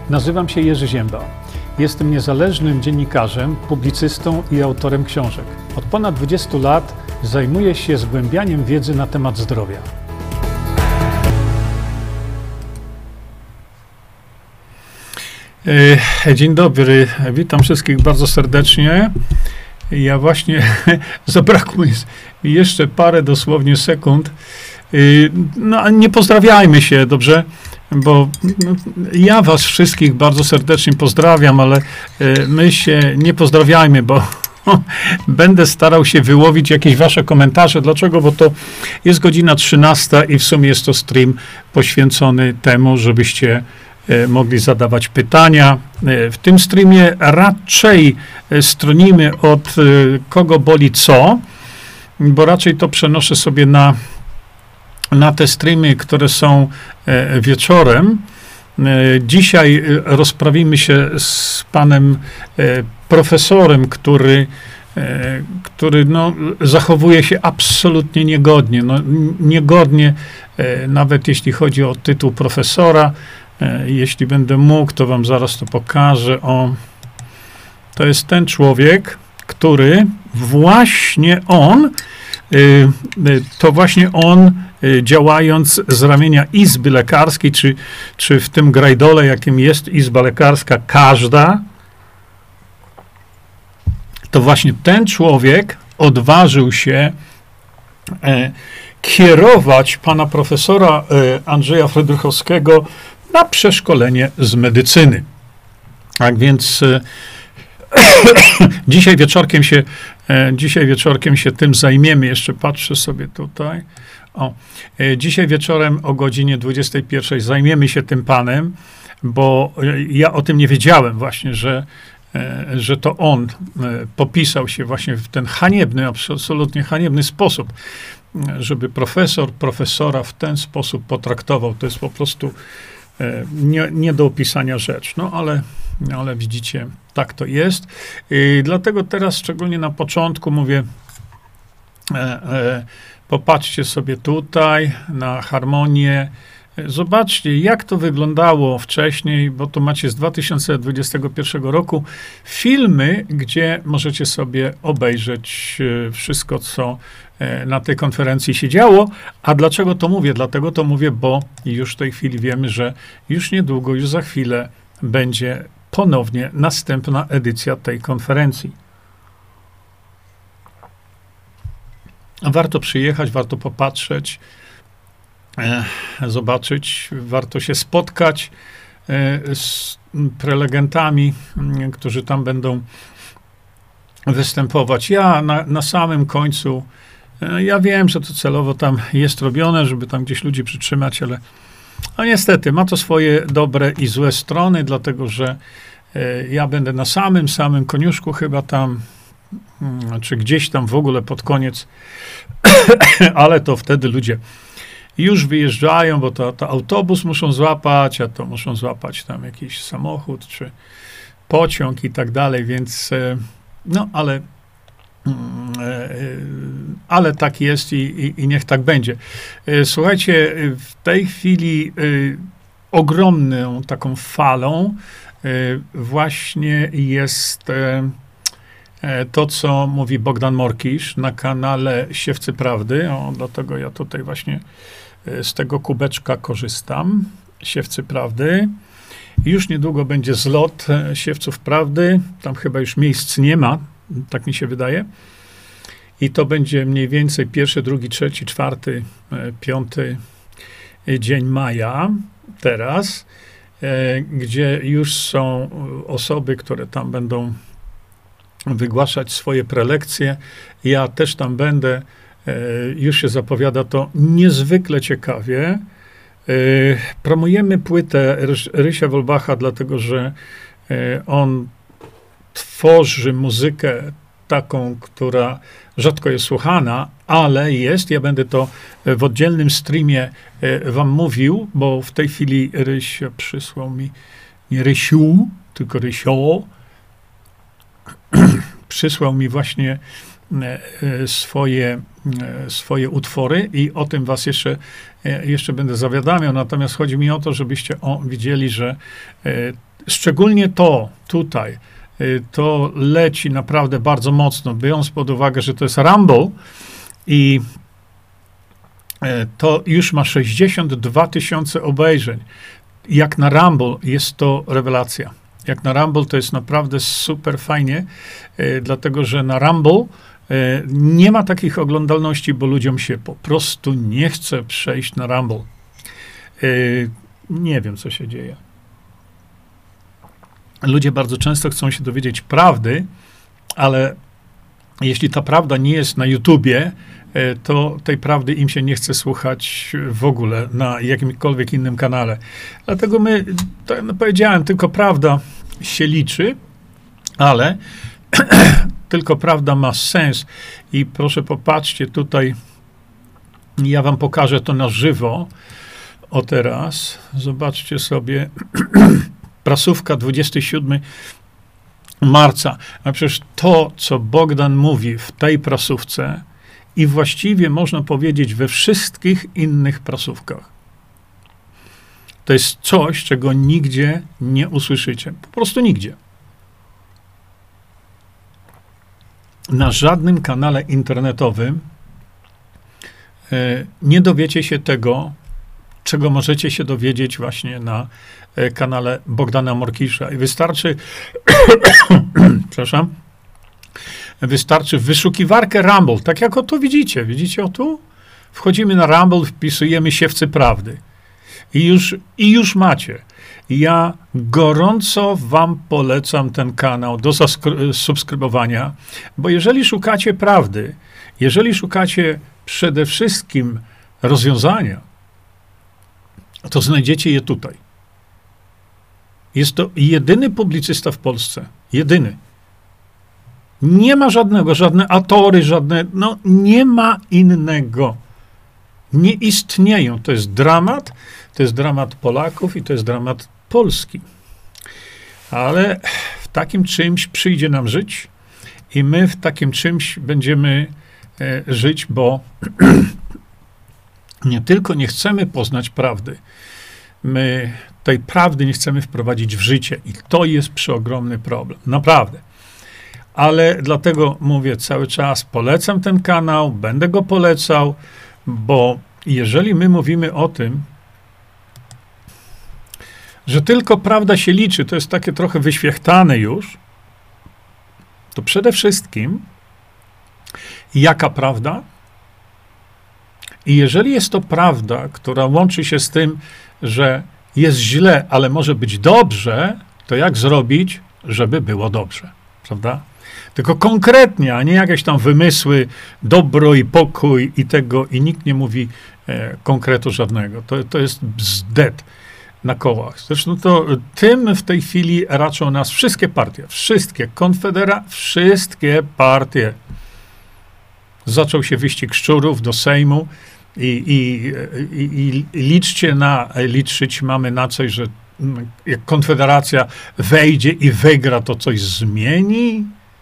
Nazywam się Jerzy Ziemba. Jestem niezależnym dziennikarzem, publicystą i autorem książek. Od ponad 20 lat zajmuję się zgłębianiem wiedzy na temat zdrowia. Dzień dobry, witam wszystkich bardzo serdecznie. Ja właśnie zabrakło mi jeszcze parę dosłownie sekund. No, nie pozdrawiajmy się, dobrze? Bo ja was wszystkich bardzo serdecznie pozdrawiam, ale my się nie pozdrawiajmy, bo będę starał się wyłowić jakieś wasze komentarze. Dlaczego? Bo to jest godzina 13 i w sumie jest to stream poświęcony temu, żebyście mogli zadawać pytania. W tym streamie raczej stronimy od kogo boli co, bo raczej to przenoszę sobie na te streamy, które są wieczorem. Dzisiaj rozprawimy się z panem profesorem, który no, zachowuje się absolutnie niegodnie. No, niegodnie, nawet jeśli chodzi o tytuł profesora. Jeśli będę mógł, to wam zaraz to pokażę. To jest ten człowiek, który właśnie on, działając z ramienia Izby Lekarskiej, czy w tym grajdole, jakim jest Izba Lekarska, każda, to właśnie ten człowiek odważył się kierować pana profesora Andrzeja Frydrychowskiego na przeszkolenie z medycyny. Tak więc dzisiaj wieczorkiem się tym zajmiemy. Jeszcze patrzę sobie tutaj. Dzisiaj wieczorem o godzinie 21 zajmiemy się tym panem, bo ja o tym nie wiedziałem właśnie, że to on popisał się właśnie w ten haniebny, absolutnie haniebny sposób, żeby profesora w ten sposób potraktował. To jest po prostu nie do opisania rzecz. No ale widzicie, tak to jest. Dlatego teraz, szczególnie na początku, mówię, popatrzcie sobie tutaj na harmonię. Zobaczcie, jak to wyglądało wcześniej, bo tu macie z 2021 roku filmy, gdzie możecie sobie obejrzeć wszystko, co na tej konferencji się działo. A dlaczego to mówię? Dlatego to mówię, bo już w tej chwili wiemy, że już niedługo, już za chwilę będzie ponownie następna edycja tej konferencji. Warto przyjechać, warto popatrzeć, zobaczyć, warto się spotkać z prelegentami, którzy tam będą występować. Ja na samym końcu, ja wiem, że to celowo tam jest robione, żeby tam gdzieś ludzi przytrzymać, ale no niestety ma to swoje dobre i złe strony, dlatego że ja będę na samym koniuszku chyba tam, czy gdzieś tam w ogóle pod koniec, ale to wtedy ludzie już wyjeżdżają, bo to autobus muszą złapać, a to muszą złapać tam jakiś samochód, czy pociąg i tak dalej, więc no, ale tak jest i niech tak będzie. Słuchajcie, w tej chwili ogromną taką falą właśnie jest to, co mówi Bogdan Morkisz na kanale Siewcy Prawdy. Dlatego ja tutaj właśnie z tego kubeczka korzystam. Siewcy Prawdy. Już niedługo będzie zlot Siewców Prawdy. Tam chyba już miejsc nie ma, tak mi się wydaje. I to będzie mniej więcej 1., 2., 3., 4., 5. dzień maja teraz, gdzie już są osoby, które tam będą wygłaszać swoje prelekcje. Ja też tam będę. Już się zapowiada to niezwykle ciekawie. Promujemy płytę Rysia Wolbacha, dlatego że on tworzy muzykę taką, która rzadko jest słuchana, ale jest. Ja będę to w oddzielnym streamie wam mówił, bo w tej chwili Rysio przysłał mi, nie Rysiu, tylko Rysio, przysłał mi właśnie swoje swoje utwory i o tym was jeszcze będę zawiadamiał. Natomiast chodzi mi o to, żebyście widzieli, że szczególnie to tutaj, to leci naprawdę bardzo mocno, biorąc pod uwagę, że to jest Rumble i to już ma 62 000 obejrzeń. Jak na Rumble jest to rewelacja. Jak na Rumble to jest naprawdę super fajnie, dlatego że na Rumble nie ma takich oglądalności, bo ludziom się po prostu nie chce przejść na Rumble. Nie wiem, co się dzieje. Ludzie bardzo często chcą się dowiedzieć prawdy, ale jeśli ta prawda nie jest na YouTubie, to tej prawdy im się nie chce słuchać w ogóle na jakimkolwiek innym kanale. Dlatego tak jak powiedziałem, tylko prawda się liczy, ale tylko prawda ma sens. I proszę popatrzcie tutaj, ja wam pokażę to na żywo. O teraz, zobaczcie sobie, prasówka 27 marca. A przecież to, co Bogdan mówi w tej prasówce i właściwie można powiedzieć we wszystkich innych prasówkach, to jest coś, czego nigdzie nie usłyszycie. Po prostu nigdzie. Na żadnym kanale internetowym nie dowiecie się tego, czego możecie się dowiedzieć właśnie na kanale Bogdana Morkisza. I wystarczy, przepraszam, wystarczy wyszukiwarkę Rumble, tak jak o tu widzicie. Widzicie o tu? Wchodzimy na Rumble, wpisujemy Siewcy Prawdy. I już macie. Ja gorąco wam polecam ten kanał do subskrybowania, bo jeżeli szukacie prawdy, jeżeli szukacie przede wszystkim rozwiązania, to znajdziecie je tutaj. Jest to jedyny publicysta w Polsce. Jedyny. Nie ma żadne atory, nie ma innego. Nie istnieją. To jest dramat Polaków i to jest dramat Polski. Ale w takim czymś przyjdzie nam żyć i my w takim czymś będziemy żyć, bo nie tylko nie chcemy poznać prawdy, my tej prawdy nie chcemy wprowadzić w życie i to jest przeogromny problem. Naprawdę. Ale dlatego mówię cały czas, polecam ten kanał, będę go polecał, bo jeżeli my mówimy o tym, że tylko prawda się liczy, to jest takie trochę wyświechtane już, to przede wszystkim jaka prawda? I jeżeli jest to prawda, która łączy się z tym, że jest źle, ale może być dobrze, to jak zrobić, żeby było dobrze? Prawda? Tylko konkretnie, a nie jakieś tam wymysły, dobro i pokój i tego, i nikt nie mówi konkretu żadnego. To jest bzdet na kołach. Zresztą to tym w tej chwili raczą nas wszystkie partie, wszystkie, wszystkie partie. Zaczął się wyścig szczurów do Sejmu i liczyć mamy na coś, że jak Konfederacja wejdzie i wygra, to coś zmieni?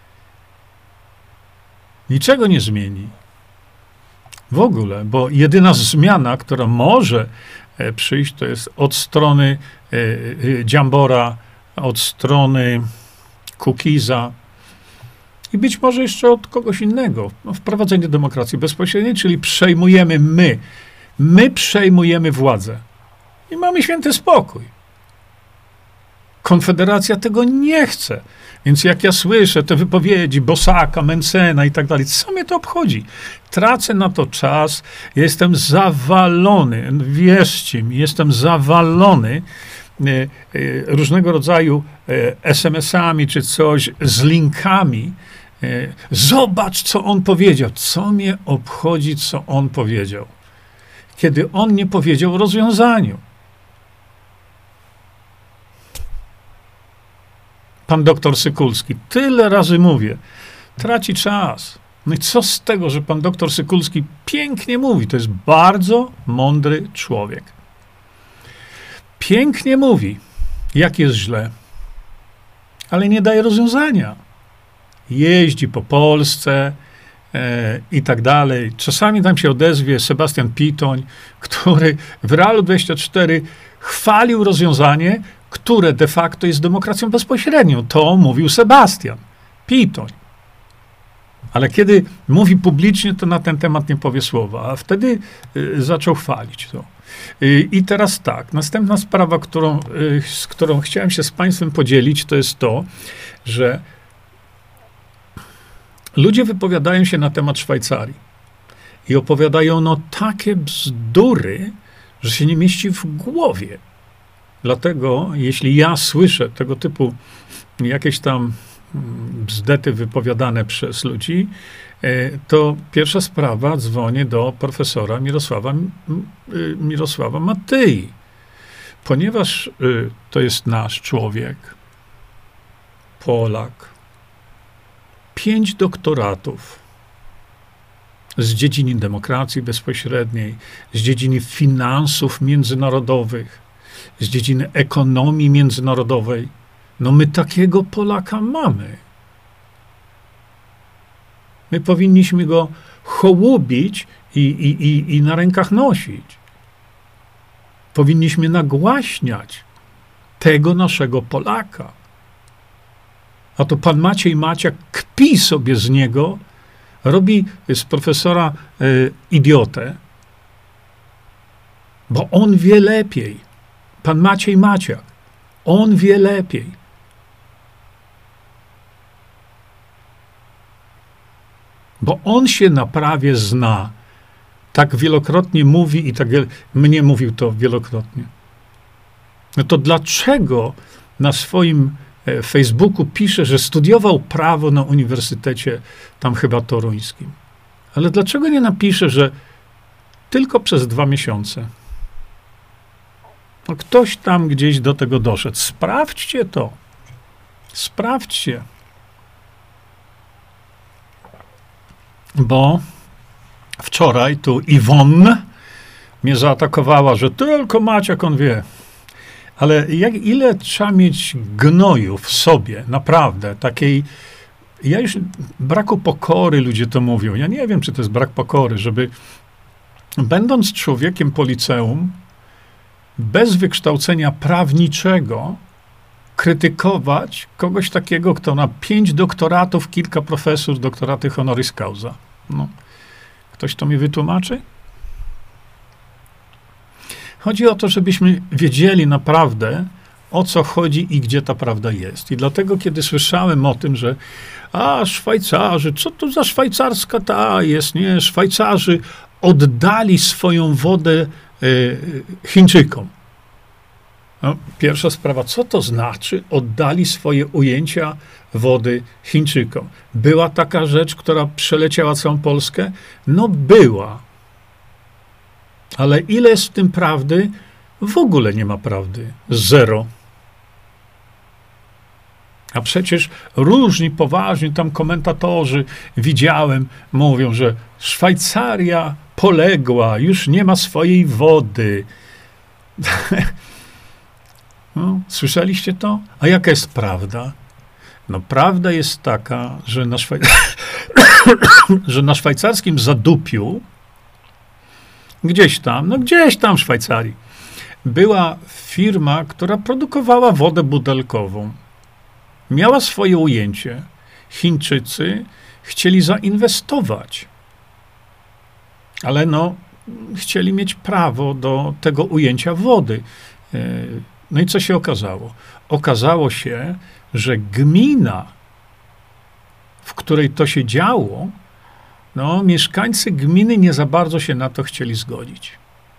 Niczego nie zmieni. W ogóle, bo jedyna zmiana, która może przyjść, to jest od strony Dziambora, od strony Kukiza i być może jeszcze od kogoś innego. Wprowadzenie demokracji bezpośredniej, czyli przejmujemy my przejmujemy władzę i mamy święty spokój. Konfederacja tego nie chce. Więc jak ja słyszę te wypowiedzi Bosaka, Mencena i tak dalej, co mnie to obchodzi? Tracę na to czas, jestem zawalony, wierzcie mi, jestem zawalony różnego rodzaju SMS-ami czy coś z linkami. Zobacz, co on powiedział. Co mnie obchodzi, co on powiedział? Kiedy on nie powiedział o rozwiązaniu. Pan doktor Sykulski, tyle razy mówię, traci czas. No i co z tego, że pan doktor Sykulski pięknie mówi, to jest bardzo mądry człowiek. Pięknie mówi, jak jest źle, ale nie daje rozwiązania. Jeździ po Polsce, i tak dalej. Czasami tam się odezwie Sebastian Pitoń, który w Realu 24 chwalił rozwiązanie, które de facto jest demokracją bezpośrednią. To mówił Sebastian Pitoń. Ale kiedy mówi publicznie, to na ten temat nie powie słowa. A wtedy zaczął chwalić to. I teraz tak, następna sprawa, z którą chciałem się z państwem podzielić, to jest to, że ludzie wypowiadają się na temat Szwajcarii i opowiadają takie bzdury, że się nie mieści w głowie. Dlatego, jeśli ja słyszę tego typu jakieś tam bzdety wypowiadane przez ludzi, to pierwsza sprawa, dzwonię do profesora Mirosława Matyi, ponieważ to jest nasz człowiek, Polak, 5 doktoratów z dziedziny demokracji bezpośredniej, z dziedziny finansów międzynarodowych, z dziedziny ekonomii międzynarodowej. No my takiego Polaka mamy. My powinniśmy go hołubić i na rękach nosić. Powinniśmy nagłaśniać tego naszego Polaka. A to pan Maciej Maciak kpi sobie z niego, robi z profesora idiotę, bo on wie lepiej. Pan Maciej Maciak, on wie lepiej. Bo on się na prawie zna. Tak wielokrotnie mówi i tak mnie mówił to wielokrotnie. No to dlaczego na swoim Facebooku pisze, że studiował prawo na uniwersytecie tam chyba toruńskim? Ale dlaczego nie napisze, że tylko przez 2 miesiące? No ktoś tam gdzieś do tego doszedł. Sprawdźcie to. Sprawdźcie. Bo wczoraj tu Iwonne mnie zaatakowała, że tylko Maciak on wie. Ale ile trzeba mieć gnoju w sobie, naprawdę, takiej, ja już, braku pokory ludzie to mówią. Ja nie wiem, czy to jest brak pokory, żeby będąc człowiekiem po liceum, bez wykształcenia prawniczego, krytykować kogoś takiego, kto ma 5 doktoratów, kilka profesur, doktoraty honoris causa. No. Ktoś to mi wytłumaczy? Chodzi o to, żebyśmy wiedzieli naprawdę, o co chodzi i gdzie ta prawda jest. I dlatego, kiedy słyszałem o tym, że Szwajcarzy, co to za szwajcarska ta jest, nie? Szwajcarzy oddali swoją wodę Chińczykom. No, pierwsza sprawa, co to znaczy oddali swoje ujęcia wody Chińczykom? Była taka rzecz, która przeleciała całą Polskę? No była. Ale ile jest w tym prawdy? W ogóle nie ma prawdy. 0. A przecież różni, poważni tam komentatorzy, widziałem, mówią, że Szwajcaria poległa, już nie ma swojej wody. No, słyszeliście to? A jaka jest prawda? No prawda jest taka, że że na szwajcarskim Zadupiu, gdzieś tam w Szwajcarii, była firma, która produkowała wodę butelkową. Miała swoje ujęcie. Chińczycy chcieli zainwestować. Ale chcieli mieć prawo do tego ujęcia wody. No i co się okazało? Okazało się, że gmina, w której to się działo, mieszkańcy gminy nie za bardzo się na to chcieli zgodzić.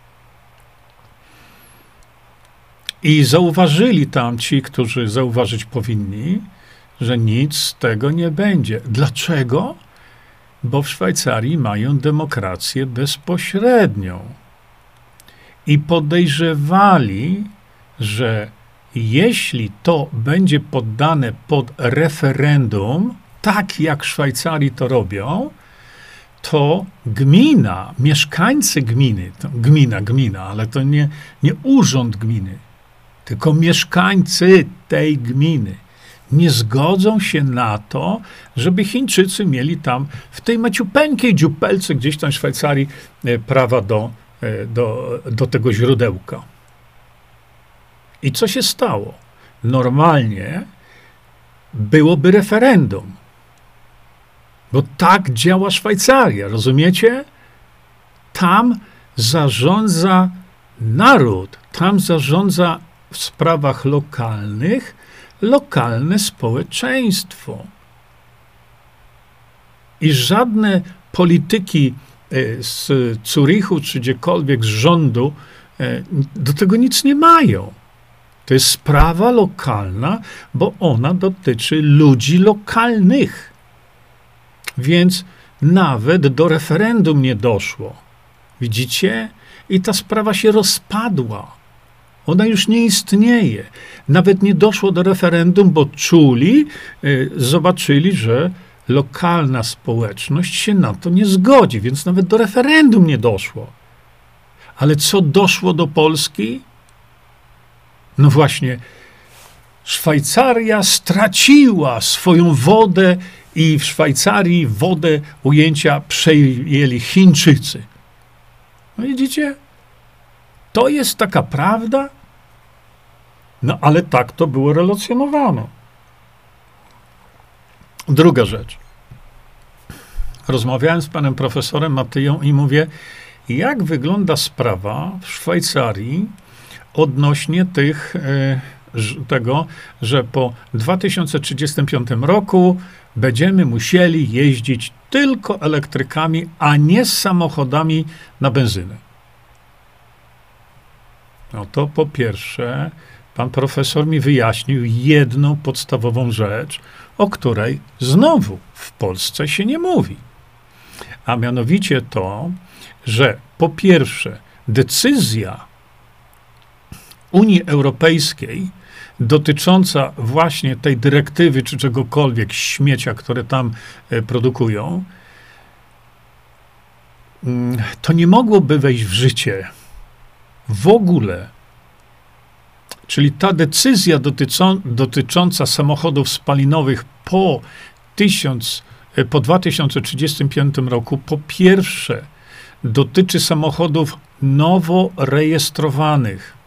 I zauważyli tam ci, którzy zauważyć powinni, że nic z tego nie będzie. Dlaczego? Bo w Szwajcarii mają demokrację bezpośrednią. I podejrzewali, że jeśli to będzie poddane pod referendum, tak jak w Szwajcarii to robią, to gmina, mieszkańcy gminy, to gmina, ale to nie urząd gminy, tylko mieszkańcy tej gminy nie zgodzą się na to, żeby Chińczycy mieli tam w tej maciupeńkiej dziupelce gdzieś tam w Szwajcarii prawa do tego źródełka. I co się stało? Normalnie byłoby referendum, bo tak działa Szwajcaria, rozumiecie? Tam zarządza naród, tam zarządza w sprawach lokalnych lokalne społeczeństwo. I żadne polityki z Zurichu czy gdziekolwiek z rządu do tego nic nie mają. To jest sprawa lokalna, bo ona dotyczy ludzi lokalnych. Więc nawet do referendum nie doszło. Widzicie? I ta sprawa się rozpadła. Ona już nie istnieje. Nawet nie doszło do referendum, bo zobaczyli, że lokalna społeczność się na to nie zgodzi, więc nawet do referendum nie doszło. Ale co doszło do Polski? No właśnie, Szwajcaria straciła swoją wodę i w Szwajcarii wodę ujęcia przejęli Chińczycy. No widzicie? To jest taka prawda? No ale tak to było relacjonowane. Druga rzecz. Rozmawiałem z panem profesorem Matyją i mówię, jak wygląda sprawa w Szwajcarii odnośnie tego, że po 2035 roku będziemy musieli jeździć tylko elektrykami, a nie samochodami na benzynę. No to po pierwsze, pan profesor mi wyjaśnił jedną podstawową rzecz, o której znowu w Polsce się nie mówi. A mianowicie to, że po pierwsze decyzja Unii Europejskiej dotycząca właśnie tej dyrektywy czy czegokolwiek śmiecia, które tam produkują, to nie mogłoby wejść w życie w ogóle. Czyli ta decyzja dotycząca samochodów spalinowych po 2035 roku, po pierwsze, dotyczy samochodów nowo rejestrowanych.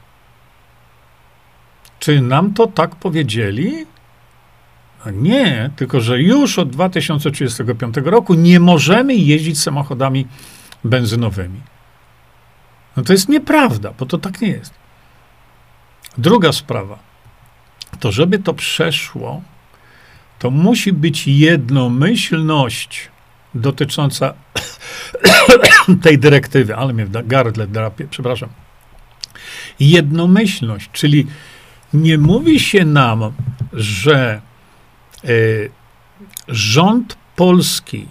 Czy nam to tak powiedzieli? No nie, tylko że już od 2035 roku nie możemy jeździć samochodami benzynowymi. No to jest nieprawda, bo to tak nie jest. Druga sprawa, to żeby to przeszło, to musi być jednomyślność dotycząca tej dyrektywy, ale mnie w gardle drapie, przepraszam. Jednomyślność, czyli nie mówi się nam, że rząd polski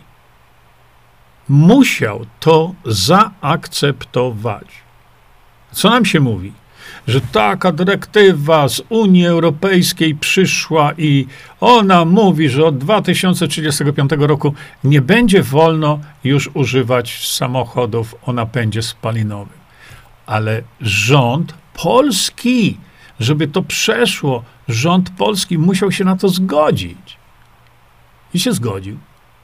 musiał to zaakceptować. Co nam się mówi? Że taka dyrektywa z Unii Europejskiej przyszła i ona mówi, że od 2035 roku nie będzie wolno już używać samochodów o napędzie spalinowym. Ale rząd polski, żeby to przeszło, rząd polski musiał się na to zgodzić. I się zgodził.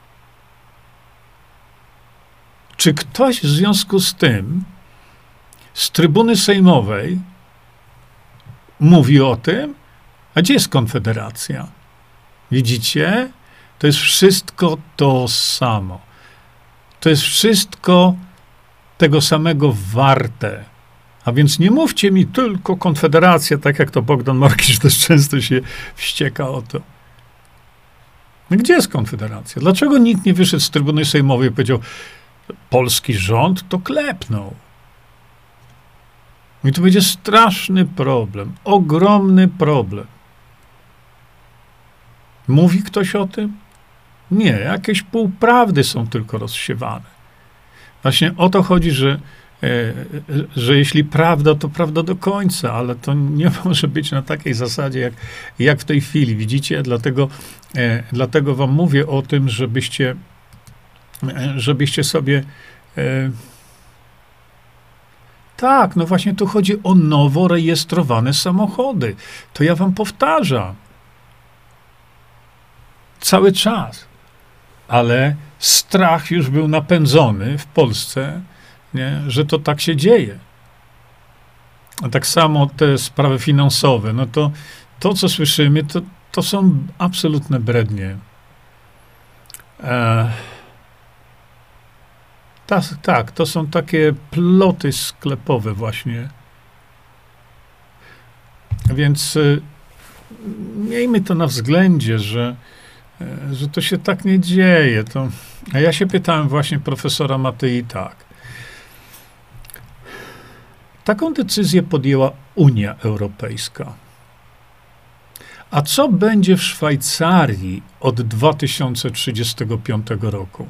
Czy ktoś w związku z tym z trybuny sejmowej mówi o tym? A gdzie jest Konfederacja? Widzicie? To jest wszystko to samo. To jest wszystko tego samego warte. A więc nie mówcie mi tylko Konfederacja, tak jak to Bogdan Markisz też często się wścieka o to. No gdzie jest Konfederacja? Dlaczego nikt nie wyszedł z trybuny sejmowej i powiedział, polski rząd to klepnął? I to będzie straszny problem, ogromny problem. Mówi ktoś o tym? Nie, jakieś półprawdy są tylko rozsiewane. Właśnie o to chodzi, że jeśli prawda, to prawda do końca, ale to nie może być na takiej zasadzie, jak w tej chwili. Widzicie? Dlatego wam mówię o tym, żebyście sobie... Tak, no właśnie tu chodzi o nowo rejestrowane samochody. To ja wam powtarzam. cały czas. Ale strach już był napędzony w Polsce, nie, że to tak się dzieje. A tak samo te sprawy finansowe, no to co słyszymy, to są absolutne brednie. Tak, to są takie ploty sklepowe właśnie. Więc miejmy to na względzie, że to się tak nie dzieje. A ja się pytałem właśnie profesora Matyi tak. Taką decyzję podjęła Unia Europejska. A co będzie w Szwajcarii od 2035 roku?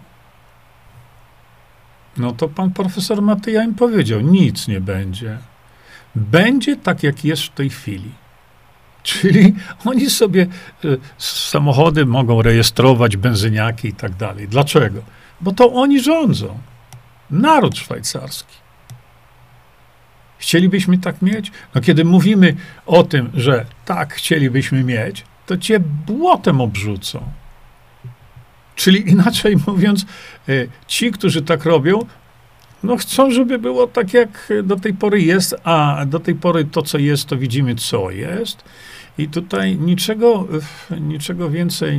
No to pan profesor Matyja im powiedział, nic nie będzie. Będzie tak, jak jest w tej chwili. Czyli oni sobie samochody mogą rejestrować, benzyniaki i tak dalej. Dlaczego? Bo to oni rządzą. Naród szwajcarski. Chcielibyśmy tak mieć? No kiedy mówimy o tym, że tak chcielibyśmy mieć, to cię błotem obrzucą. Czyli inaczej mówiąc, ci, którzy tak robią, no chcą, żeby było tak, jak do tej pory jest, a do tej pory to, co jest, to widzimy, co jest. I tutaj niczego więcej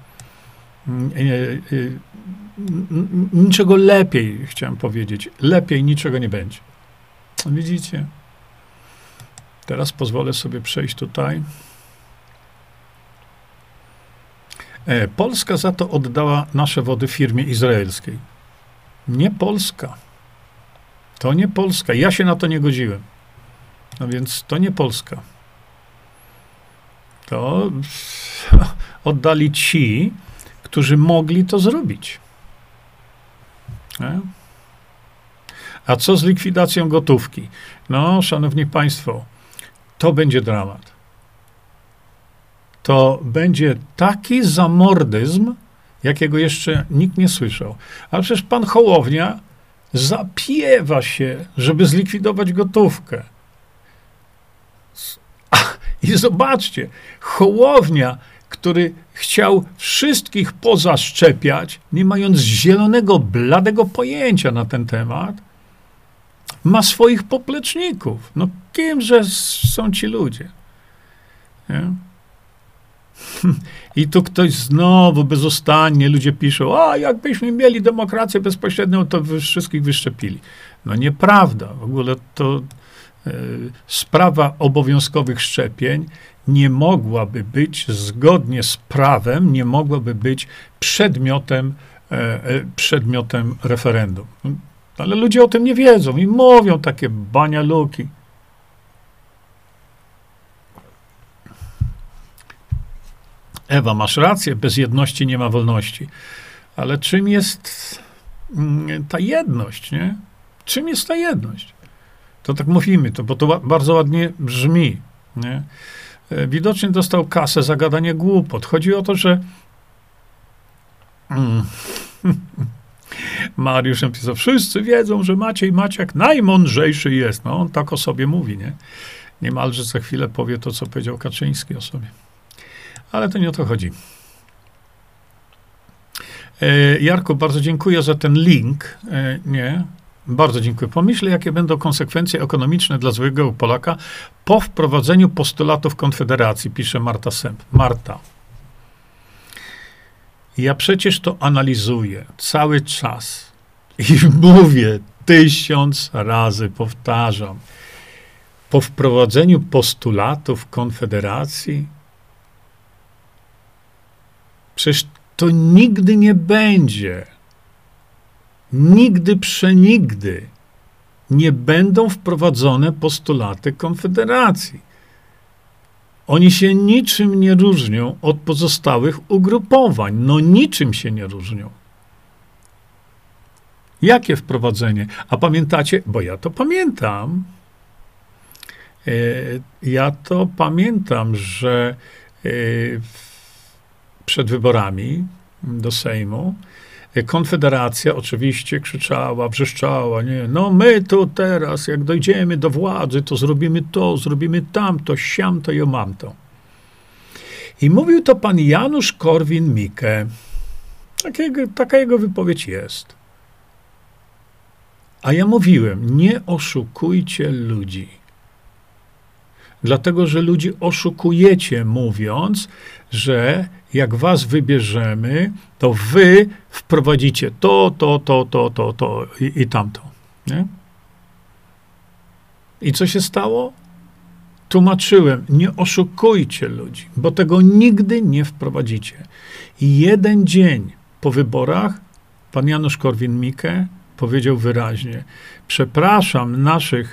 niczego lepiej, chciałem powiedzieć. Lepiej niczego nie będzie. Widzicie? Teraz pozwolę sobie przejść tutaj. Polska za to oddała nasze wody firmie izraelskiej. Nie Polska. To nie Polska. Ja się na to nie godziłem. No więc to nie Polska. To oddali ci, którzy mogli to zrobić. Nie? A co z likwidacją gotówki? No, szanowni państwo, to będzie dramat. To będzie taki zamordyzm, jakiego jeszcze nikt nie słyszał. A przecież pan Hołownia zapiewa się, żeby zlikwidować gotówkę. I zobaczcie, Hołownia, który chciał wszystkich pozaszczepiać, nie mając zielonego, bladego pojęcia na ten temat, ma swoich popleczników. No kimże są ci ludzie? Nie? I tu ktoś znowu bezustannie, ludzie piszą, a jakbyśmy mieli demokrację bezpośrednią, to wszystkich wyszczepili. No nieprawda. W ogóle to sprawa obowiązkowych szczepień nie mogłaby być, zgodnie z prawem, nie mogłaby być przedmiotem referendum. Ale ludzie o tym nie wiedzą i mówią takie banialuki. Ewa, masz rację, bez jedności nie ma wolności. Ale czym jest ta jedność, nie? Czym jest ta jedność? To tak mówimy, bo to bardzo ładnie brzmi, nie? Widocznie dostał kasę za gadanie głupot. Chodzi o to, że Mariusz napisał, wszyscy wiedzą, że Maciej Maciak najmądrzejszy jest. No, on tak o sobie mówi, nie? Niemalże za chwilę powie to, co powiedział Kaczyński o sobie. Ale to nie o to chodzi. Jarku, bardzo dziękuję za ten link. Nie, bardzo dziękuję. Pomyślę, jakie będą konsekwencje ekonomiczne dla zwykłego Polaka po wprowadzeniu postulatów Konfederacji, pisze Marta Sęp. Marta. Ja przecież to analizuję cały czas i mówię 1000 razy, powtarzam. Po wprowadzeniu postulatów Konfederacji przecież to nigdy nie będzie, nigdy przenigdy nie będą wprowadzone postulaty Konfederacji. Oni się niczym nie różnią od pozostałych ugrupowań. No niczym się nie różnią. Jakie wprowadzenie? A pamiętacie? Bo ja to pamiętam. Że przed wyborami do Sejmu Konfederacja oczywiście krzyczała, wrzeszczała, nie, no my tu teraz, jak dojdziemy do władzy, to zrobimy tamto, siamto i omamto. I mówił to pan Janusz Korwin-Mikke. Taka jego wypowiedź jest. A ja mówiłem, nie oszukujcie ludzi. Dlatego, że ludzi oszukujecie, mówiąc, że jak was wybierzemy, to wy wprowadzicie to i tamto. Nie? I co się stało? Tłumaczyłem, nie oszukujcie ludzi, bo tego nigdy nie wprowadzicie. I jeden dzień po wyborach pan Janusz Korwin-Mikke powiedział wyraźnie, przepraszam naszych,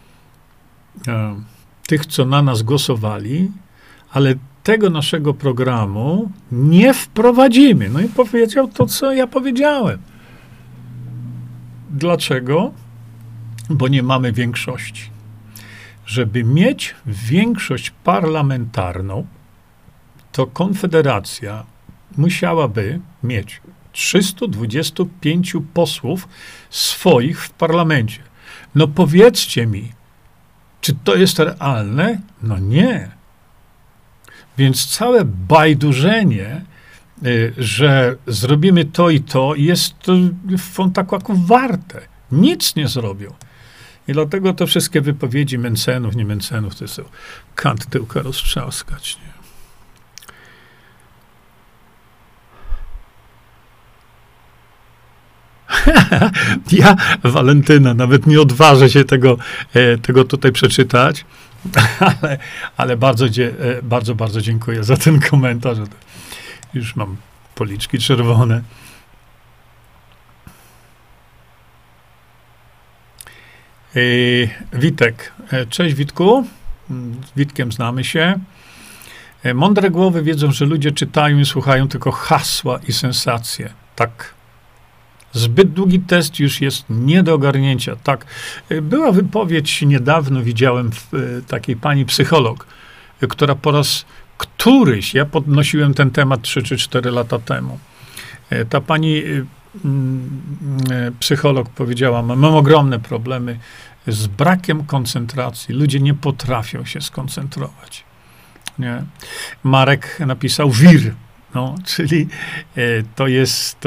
tych, co na nas głosowali, ale tego naszego programu nie wprowadzimy. No i powiedział to, co ja powiedziałem. Dlaczego? Bo nie mamy większości. Żeby mieć większość parlamentarną, to Konfederacja musiałaby mieć 325 posłów swoich w parlamencie. No powiedzcie mi, czy to jest realne? No nie. Więc całe bajdurzenie, że zrobimy to i to, jest fontakłaków warte. Nic nie zrobią. I dlatego te wszystkie wypowiedzi Mencenów, nie Mencenów, to jest kant tyłka roztrzaskać. Nie? Ja, Walentyna, nawet nie odważę się tego tutaj przeczytać, ale bardzo dziękuję za ten komentarz. Już mam policzki czerwone. Witek. Cześć, Witku. Z Witkiem znamy się. Mądre głowy wiedzą, że ludzie czytają i słuchają tylko hasła i sensacje. Tak. Zbyt długi test już jest nie do ogarnięcia. Tak. Była wypowiedź niedawno, widziałem takiej pani psycholog, która po raz któryś, ja podnosiłem ten temat 3 czy 4 lata temu. Ta pani psycholog powiedziała, mam ogromne problemy z brakiem koncentracji. Ludzie nie potrafią się skoncentrować. Nie? Marek napisał wir, no, czyli to jest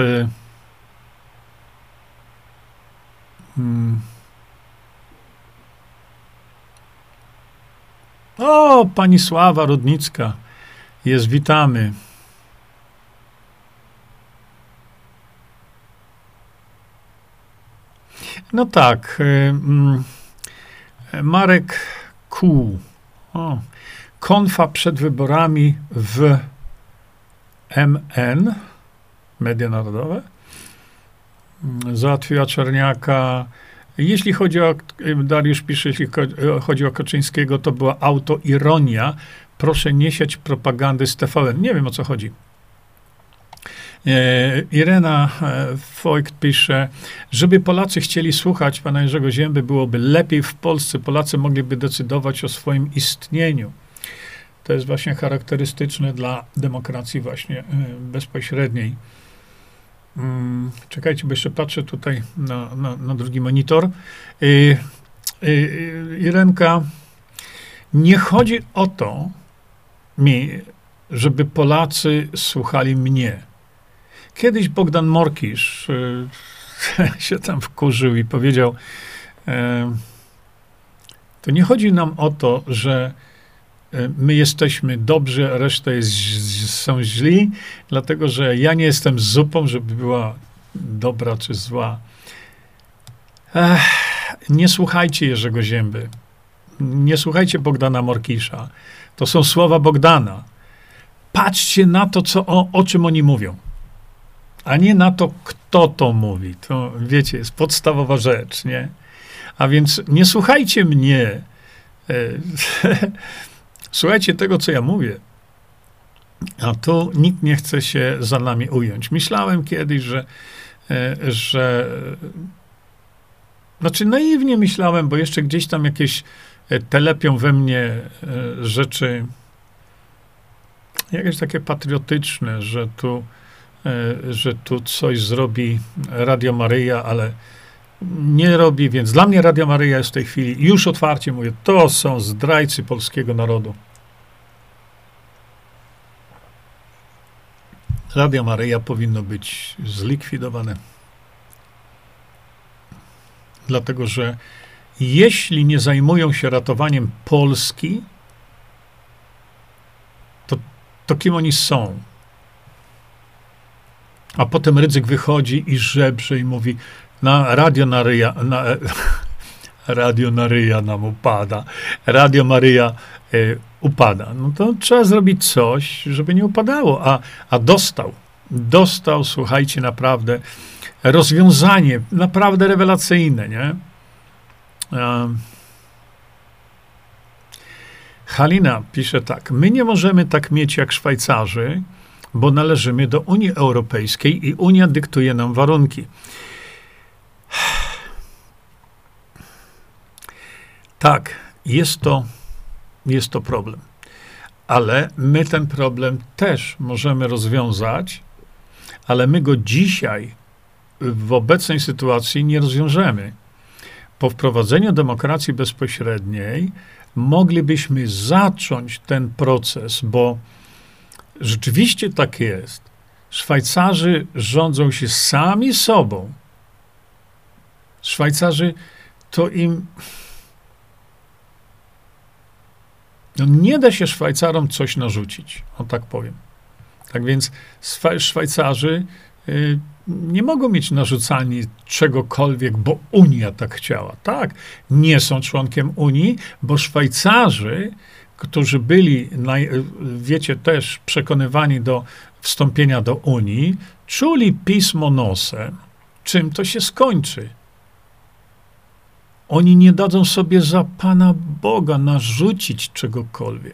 o, pani Sława Rudnicka jest, witamy. No tak, Marek Kół. Konfa przed wyborami w MN, Media Narodowe, załatwiła Czarniaka. Jeśli chodzi o, Dariusz pisze, jeśli chodzi o Kaczyńskiego, to była autoironia. Proszę nie siać propagandy z TVN. Nie wiem, o co chodzi. Irena Voigt pisze, żeby Polacy chcieli słuchać pana Jerzego Zięby, byłoby lepiej w Polsce. Polacy mogliby decydować o swoim istnieniu. To jest właśnie charakterystyczne dla demokracji właśnie bezpośredniej. Czekajcie, bo jeszcze patrzę tutaj na drugi monitor. Irenka, nie chodzi o to, żeby Polacy słuchali mnie. Kiedyś Bogdan Morkisz się tam wkurzył i powiedział, to nie chodzi nam o to, że my jesteśmy dobrzy, a reszta są źli, dlatego że ja nie jestem zupą, żeby była dobra czy zła. Nie słuchajcie Jerzego Zięby. Nie słuchajcie Bogdana Morkisza. To są słowa Bogdana. Patrzcie na to, o czym oni mówią, a nie na to, kto to mówi. To, wiecie, jest podstawowa rzecz, nie? A więc nie słuchajcie mnie. Słuchajcie tego, co ja mówię. A tu nikt nie chce się za nami ująć. Myślałem kiedyś, znaczy naiwnie myślałem, bo jeszcze gdzieś tam jakieś telepią we mnie rzeczy jakieś takie patriotyczne, że tu coś zrobi Radio Maryja, ale nie robi, więc dla mnie Radio Maryja jest w tej chwili, już otwarcie mówię, to są zdrajcy polskiego narodu. Radio Maryja powinno być zlikwidowane. Dlatego, że jeśli nie zajmują się ratowaniem Polski, to kim oni są? A potem Rydzyk wychodzi i żebrze i mówi, Radio Maryja nam upada. Radio Maryja upada. No to trzeba zrobić coś, żeby nie upadało. A dostał, słuchajcie, naprawdę rozwiązanie, naprawdę rewelacyjne, nie? Halina pisze tak. My nie możemy tak mieć jak Szwajcarzy, bo należymy do Unii Europejskiej i Unia dyktuje nam warunki. Tak, jest to problem. Ale my ten problem też możemy rozwiązać, ale my go dzisiaj w obecnej sytuacji nie rozwiążemy. Po wprowadzeniu demokracji bezpośredniej moglibyśmy zacząć ten proces, bo rzeczywiście tak jest. Szwajcarzy rządzą się sami sobą. Szwajcarzy to im... No nie da się Szwajcarom coś narzucić, o tak powiem. Tak więc Szwajcarzy nie mogą mieć narzucani czegokolwiek, bo Unia tak chciała. Tak, nie są członkiem Unii, bo Szwajcarzy, którzy byli, wiecie, też przekonywani do wstąpienia do Unii, czuli pismo nosem, czym to się skończy. Oni nie dadzą sobie za Pana Boga narzucić czegokolwiek.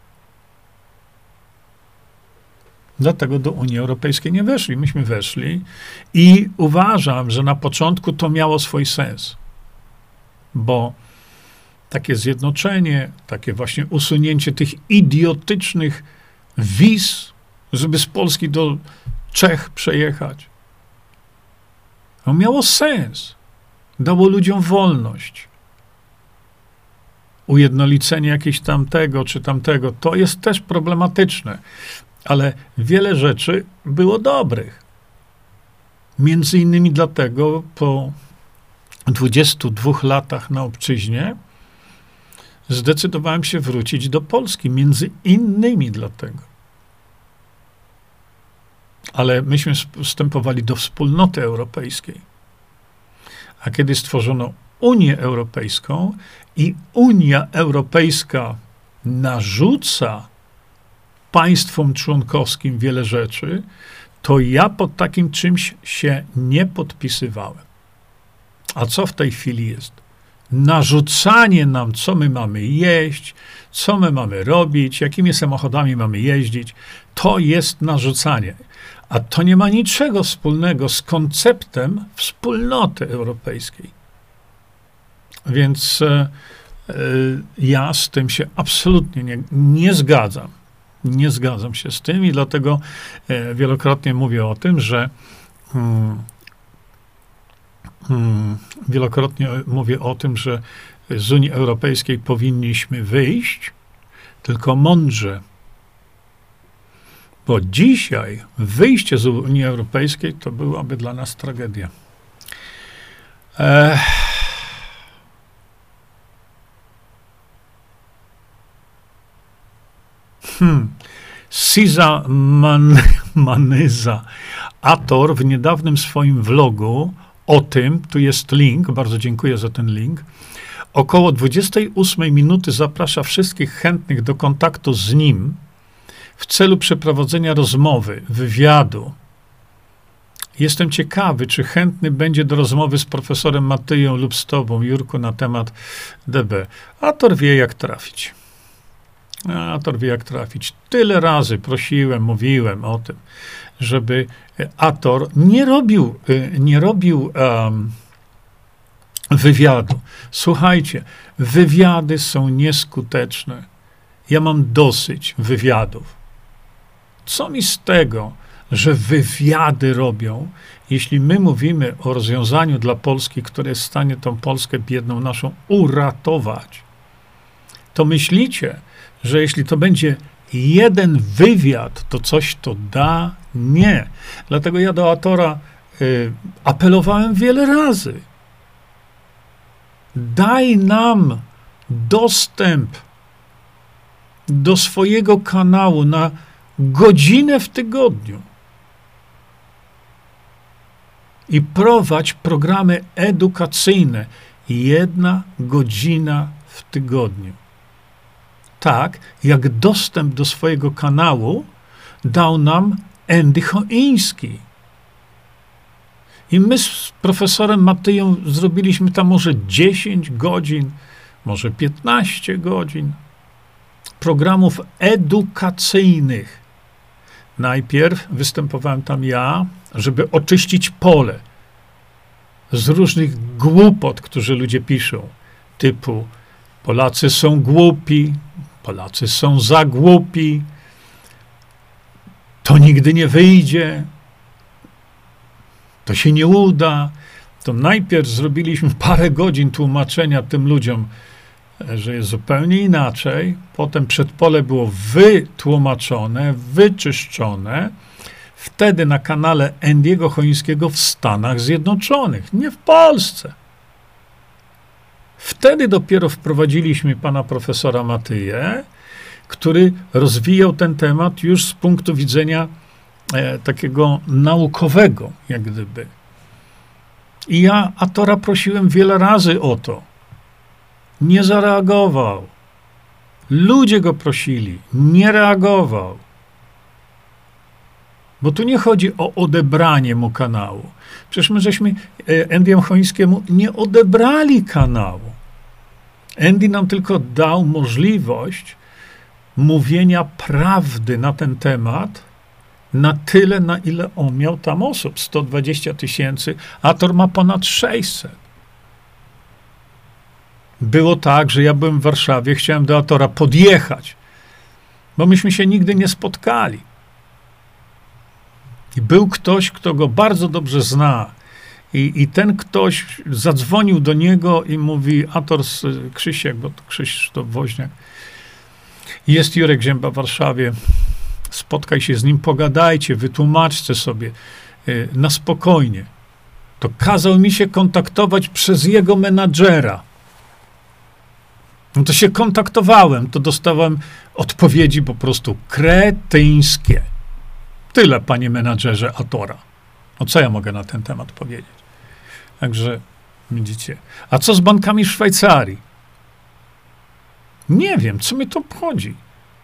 Dlatego do Unii Europejskiej nie weszli. Myśmy weszli i uważam, że na początku to miało swój sens. Bo takie zjednoczenie, takie właśnie usunięcie tych idiotycznych wiz, żeby z Polski do Czech przejechać, to miało sens. Dało ludziom wolność. Ujednolicenie jakiegoś tamtego czy tamtego, to jest też problematyczne. Ale wiele rzeczy było dobrych. Między innymi dlatego po 22 latach na obczyźnie zdecydowałem się wrócić do Polski. Między innymi dlatego. Ale myśmy wstępowali do Wspólnoty Europejskiej. A kiedy stworzono Unię Europejską i Unia Europejska narzuca państwom członkowskim wiele rzeczy, to ja pod takim czymś się nie podpisywałem. A co w tej chwili jest? Narzucanie nam, co my mamy jeść, co my mamy robić, jakimi samochodami mamy jeździć, to jest narzucanie. A to nie ma niczego wspólnego z konceptem wspólnoty europejskiej. Więc ja z tym się absolutnie nie zgadzam. Nie zgadzam się z tym i dlatego wielokrotnie mówię o tym, że z Unii Europejskiej powinniśmy wyjść, tylko mądrze. Bo dzisiaj wyjście z Unii Europejskiej to byłaby dla nas tragedia. Siza Manyza, Ator w niedawnym swoim vlogu o tym, tu jest link, bardzo dziękuję za ten link, około 28 minuty zaprasza wszystkich chętnych do kontaktu z nim w celu przeprowadzenia rozmowy, wywiadu. Jestem ciekawy, czy chętny będzie do rozmowy z profesorem Matyją lub z tobą, Jurku, na temat DB. Ator wie, jak trafić. Ator wie, jak trafić. Tyle razy prosiłem, mówiłem o tym, żeby Ator nie robił wywiadu. Słuchajcie, wywiady są nieskuteczne. Ja mam dosyć wywiadów. Co mi z tego, że wywiady robią, jeśli my mówimy o rozwiązaniu dla Polski, które jest w stanie tą Polskę biedną naszą uratować, to myślicie, że jeśli to będzie jeden wywiad to coś to da? Nie. Dlatego ja do Atora apelowałem wiele razy. Daj nam dostęp do swojego kanału na godzinę w tygodniu i prowadź programy edukacyjne. 1 godzina w tygodniu. Tak, jak dostęp do swojego kanału dał nam Andy Choiński. I my z profesorem Matyją zrobiliśmy tam może 10 godzin, może 15 godzin programów edukacyjnych. Najpierw występowałem tam ja, żeby oczyścić pole z różnych głupot, które ludzie piszą, typu Polacy są głupi, Polacy są za głupi, to nigdy nie wyjdzie, to się nie uda. To najpierw zrobiliśmy parę godzin tłumaczenia tym ludziom, że jest zupełnie inaczej. Potem przedpole było wytłumaczone, wyczyszczone. Wtedy na kanale Andy'ego Choińskiego w Stanach Zjednoczonych, nie w Polsce. Wtedy dopiero wprowadziliśmy pana profesora Matyję, który rozwijał ten temat już z punktu widzenia takiego naukowego, jak gdyby. I ja Atora prosiłem wiele razy o to. Nie zareagował. Ludzie go prosili. Nie reagował. Bo tu nie chodzi o odebranie mu kanału. Przecież my żeśmy Andy'emu Choińskiemu nie odebrali kanału. Andy nam tylko dał możliwość mówienia prawdy na ten temat na tyle, na ile on miał tam osób. 120 000, Ator ma ponad 600. Było tak, że ja byłem w Warszawie, chciałem do Atora podjechać, bo myśmy się nigdy nie spotkali. I był ktoś, kto go bardzo dobrze zna. I ten ktoś zadzwonił do niego i mówi, Ator, Krzysiek, bo to Krzysztof Woźniak, jest Jurek Zięba w Warszawie, spotkaj się z nim, pogadajcie, wytłumaczcie sobie na spokojnie. To kazał mi się kontaktować przez jego menadżera. No to się kontaktowałem, to dostałem odpowiedzi po prostu kretyńskie. Tyle, panie menadżerze Atora. No co ja mogę na ten temat powiedzieć? Także, widzicie. A co z bankami w Szwajcarii? Nie wiem, co mnie to obchodzi.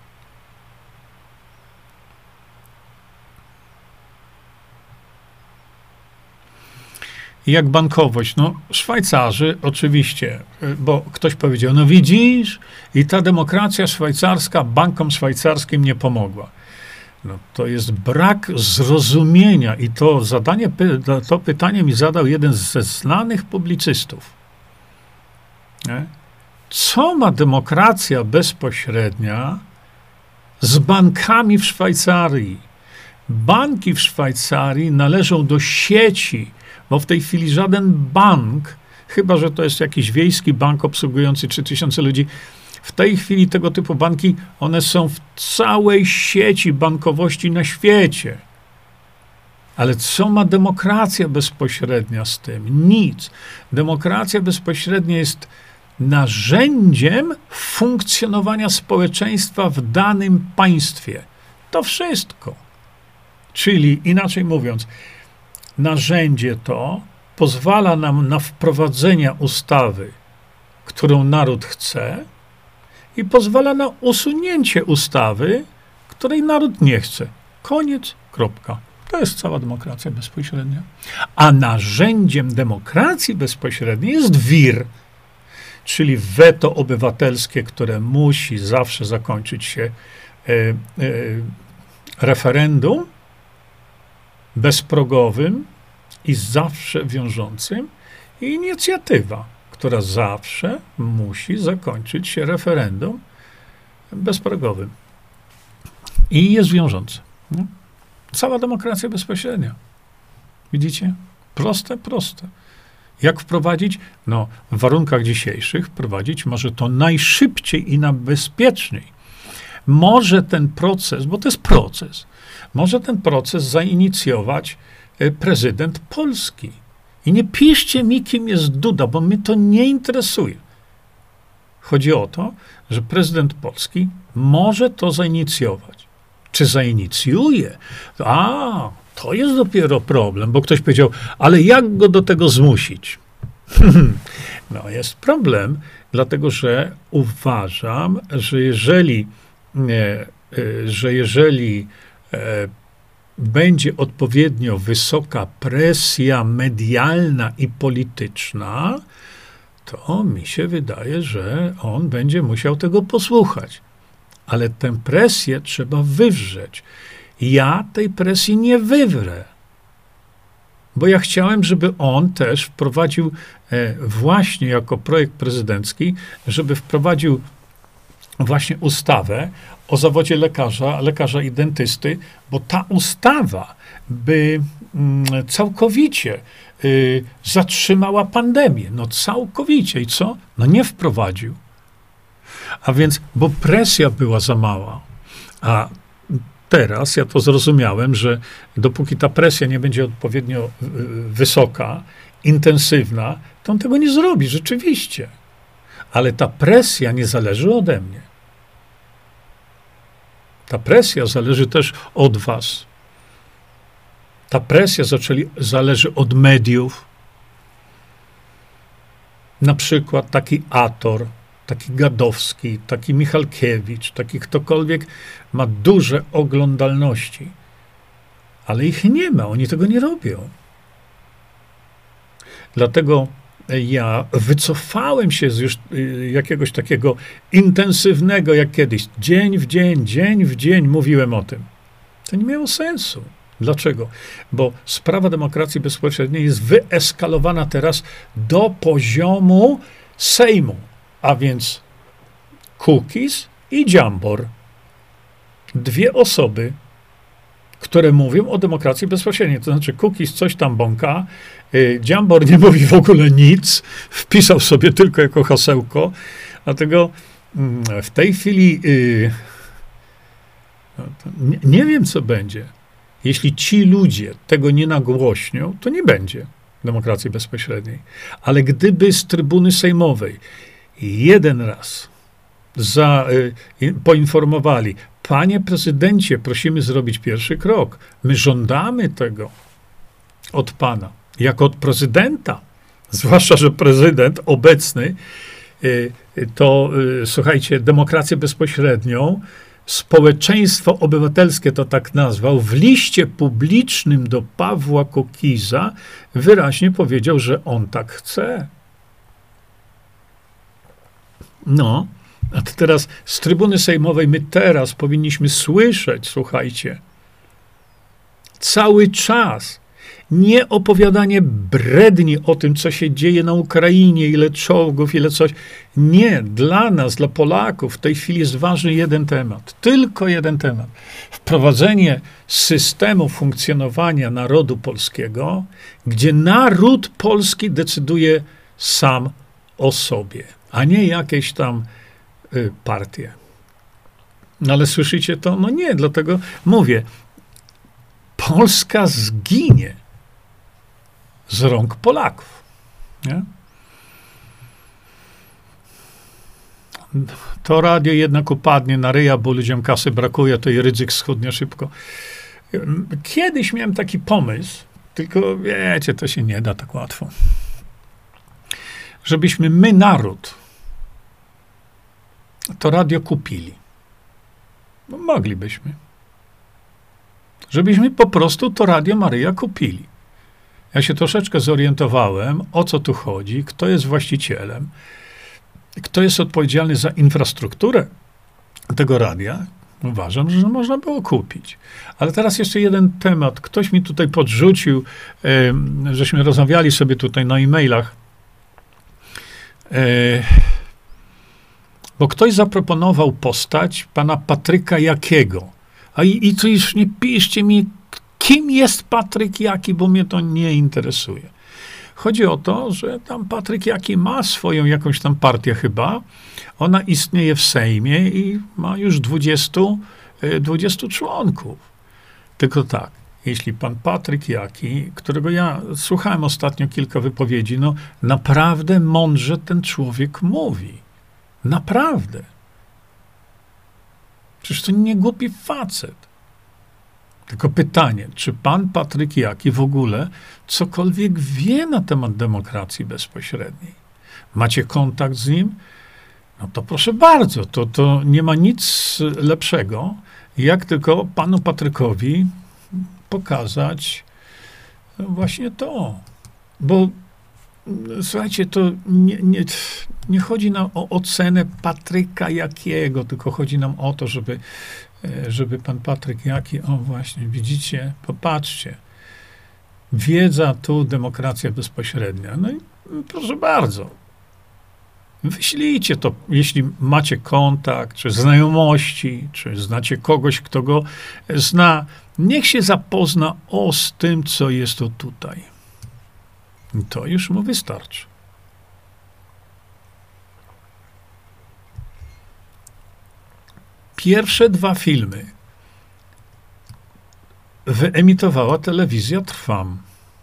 Jak bankowość? No, Szwajcarzy oczywiście, bo ktoś powiedział, no widzisz, i ta demokracja szwajcarska bankom szwajcarskim nie pomogła. No, to jest brak zrozumienia i to pytanie mi zadał jeden ze znanych publicystów. Nie? Co ma demokracja bezpośrednia z bankami w Szwajcarii? Banki w Szwajcarii należą do sieci, bo w tej chwili żaden bank, chyba że to jest jakiś wiejski bank obsługujący 3000 ludzi, w tej chwili tego typu banki, one są w całej sieci bankowości na świecie. Ale co ma demokracja bezpośrednia z tym? Nic. Demokracja bezpośrednia jest narzędziem funkcjonowania społeczeństwa w danym państwie. To wszystko. Czyli, inaczej mówiąc, narzędzie to pozwala nam na wprowadzenie ustawy, którą naród chce, i pozwala na usunięcie ustawy, której naród nie chce. Koniec, kropka. To jest cała demokracja bezpośrednia. A narzędziem demokracji bezpośredniej jest wir, czyli weto obywatelskie, które musi zawsze zakończyć się referendum bezprogowym i zawsze wiążącym, i inicjatywa, która zawsze musi zakończyć się referendum bezprogowym. I jest wiążące. Nie? Cała demokracja bezpośrednia. Widzicie? Proste, proste. Jak wprowadzić? No, w warunkach dzisiejszych wprowadzić może to najszybciej i najbezpieczniej. może ten proces, bo to jest proces, może ten proces zainicjować prezydent Polski. I nie piszcie mi, kim jest Duda, bo mnie to nie interesuje. Chodzi o to, że prezydent Polski może to zainicjować. Czy zainicjuje? To jest dopiero problem, bo ktoś powiedział, ale jak go do tego zmusić? No, jest problem, dlatego że uważam, że jeżeli będzie odpowiednio wysoka presja medialna i polityczna, to mi się wydaje, że on będzie musiał tego posłuchać. Ale tę presję trzeba wywrzeć. Ja tej presji nie wywrę. Bo ja chciałem, żeby on też wprowadził właśnie jako projekt prezydencki, żeby wprowadził właśnie ustawę o zawodzie lekarza i dentysty, bo ta ustawa by całkowicie zatrzymała pandemię. No całkowicie. I co? No nie wprowadził. A więc, bo presja była za mała. A teraz ja to zrozumiałem, że dopóki ta presja nie będzie odpowiednio wysoka, intensywna, to on tego nie zrobi, rzeczywiście. Ale ta presja nie zależy ode mnie. Ta presja zależy też od was. Ta presja zależy od mediów. Na przykład taki Ator, taki Gadowski, taki Michalkiewicz, taki ktokolwiek ma duże oglądalności. Ale ich nie ma, oni tego nie robią. Dlatego ja wycofałem się z już jakiegoś takiego intensywnego jak kiedyś. Dzień w dzień mówiłem o tym. To nie miało sensu. Dlaczego? Bo sprawa demokracji bezpośredniej jest wyeskalowana teraz do poziomu Sejmu, a więc Kukiz i Dziambor. Dwie osoby, które mówią o demokracji bezpośredniej. To znaczy Kukiz coś tam bąka, Dziambor nie mówi w ogóle nic, wpisał sobie tylko jako hasełko, dlatego w tej chwili nie wiem, co będzie. Jeśli ci ludzie tego nie nagłośnią, to nie będzie demokracji bezpośredniej. Ale gdyby z trybuny sejmowej jeden raz poinformowali, panie prezydencie, prosimy zrobić pierwszy krok. My żądamy tego od pana, jako od prezydenta. Zwłaszcza, że prezydent obecny to, słuchajcie, demokrację bezpośrednią, społeczeństwo obywatelskie to tak nazwał, w liście publicznym do Pawła Kukiza wyraźnie powiedział, że on tak chce. No, a teraz z trybuny sejmowej my teraz powinniśmy słyszeć, słuchajcie, cały czas nie opowiadanie bredni o tym, co się dzieje na Ukrainie, ile czołgów, ile coś. Nie, dla nas, dla Polaków w tej chwili jest ważny jeden temat, tylko jeden temat. Wprowadzenie systemu funkcjonowania narodu polskiego, gdzie naród polski decyduje sam o sobie, a nie jakieś tam partie. No ale słyszycie to? No nie, dlatego mówię, Polska zginie z rąk Polaków. Nie? To radio jednak upadnie na ryja, bo ludziom kasy brakuje, to i Rydzyk schudnie szybko. Kiedyś miałem taki pomysł, tylko wiecie, to się nie da tak łatwo. Żebyśmy my, naród, to radio kupili. No, moglibyśmy. Żebyśmy po prostu to Radio Maryja kupili. Ja się troszeczkę zorientowałem, o co tu chodzi, kto jest właścicielem, kto jest odpowiedzialny za infrastrukturę tego radia. Uważam, że można było kupić. Ale teraz jeszcze jeden temat. Ktoś mi tutaj podrzucił, żeśmy rozmawiali sobie tutaj na e-mailach, bo ktoś zaproponował postać pana Patryka Jakiego. I to już nie piszcie mi, kim jest Patryk Jaki, bo mnie to nie interesuje. Chodzi o to, że tam Patryk Jaki ma swoją jakąś tam partię chyba. Ona istnieje w Sejmie i ma już 20 członków. Tylko tak, jeśli pan Patryk Jaki, którego ja słuchałem ostatnio kilka wypowiedzi, no naprawdę mądrze ten człowiek mówi. Naprawdę. Przecież to nie głupi facet. Tylko pytanie, czy pan Patryk Jaki w ogóle cokolwiek wie na temat demokracji bezpośredniej? Macie kontakt z nim? No to proszę bardzo, to nie ma nic lepszego, jak tylko panu Patrykowi pokazać właśnie to. Bo słuchajcie, to nie chodzi nam o ocenę Patryka Jakiego, tylko chodzi nam o to, żeby pan Patryk Jaki, o właśnie, widzicie, popatrzcie, wiedza tu, demokracja bezpośrednia. No i proszę bardzo, wyślijcie to, jeśli macie kontakt, czy znajomości, czy znacie kogoś, kto go zna, niech się zapozna z tym, co jest to tutaj. I to już mu wystarczy. Pierwsze 2 filmy wyemitowała telewizja Trwam.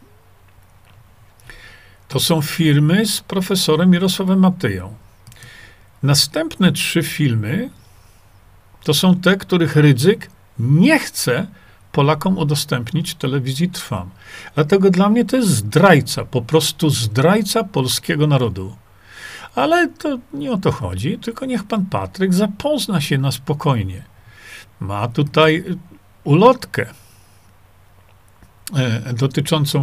To są filmy z profesorem Mirosławem Matyją. Następne 3 filmy to są te, których Rydzyk nie chce Polakom udostępnić telewizji Trwam. Dlatego dla mnie to jest zdrajca, po prostu zdrajca polskiego narodu. Ale to nie o to chodzi, tylko niech pan Patryk zapozna się na spokojnie. Ma tutaj ulotkę dotyczącą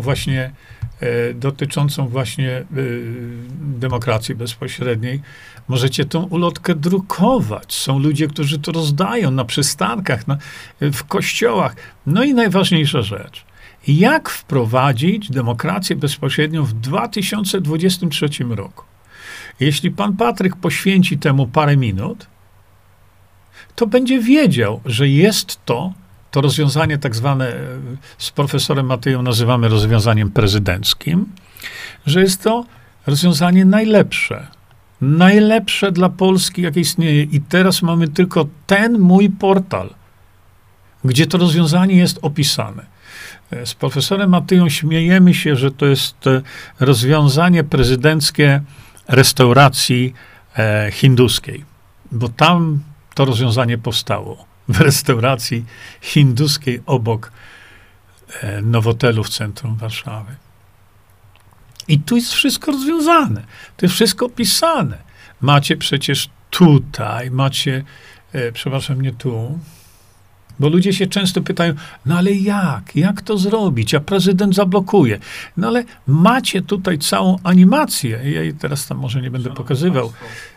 właśnie demokracji bezpośredniej. Możecie tą ulotkę drukować. Są ludzie, którzy to rozdają na przystankach, w kościołach. No i najważniejsza rzecz. Jak wprowadzić demokrację bezpośrednią w 2023 roku? Jeśli pan Patryk poświęci temu parę minut, to będzie wiedział, że jest to rozwiązanie tak zwane, z profesorem Matyją nazywamy rozwiązaniem prezydenckim, że jest to rozwiązanie najlepsze. Najlepsze dla Polski, jakie istnieje. I teraz mamy tylko ten mój portal, gdzie to rozwiązanie jest opisane. Z profesorem Matyją śmiejemy się, że to jest rozwiązanie prezydenckie restauracji hinduskiej, bo tam to rozwiązanie powstało. W restauracji hinduskiej obok Nowotelu w centrum Warszawy. I tu jest wszystko rozwiązane. To jest wszystko opisane. Macie przecież tutaj, przepraszam, nie tu, bo ludzie się często pytają, no ale jak? Jak to zrobić? A prezydent zablokuje. No ale macie tutaj całą animację. Ja jej teraz tam może nie będę pokazywał.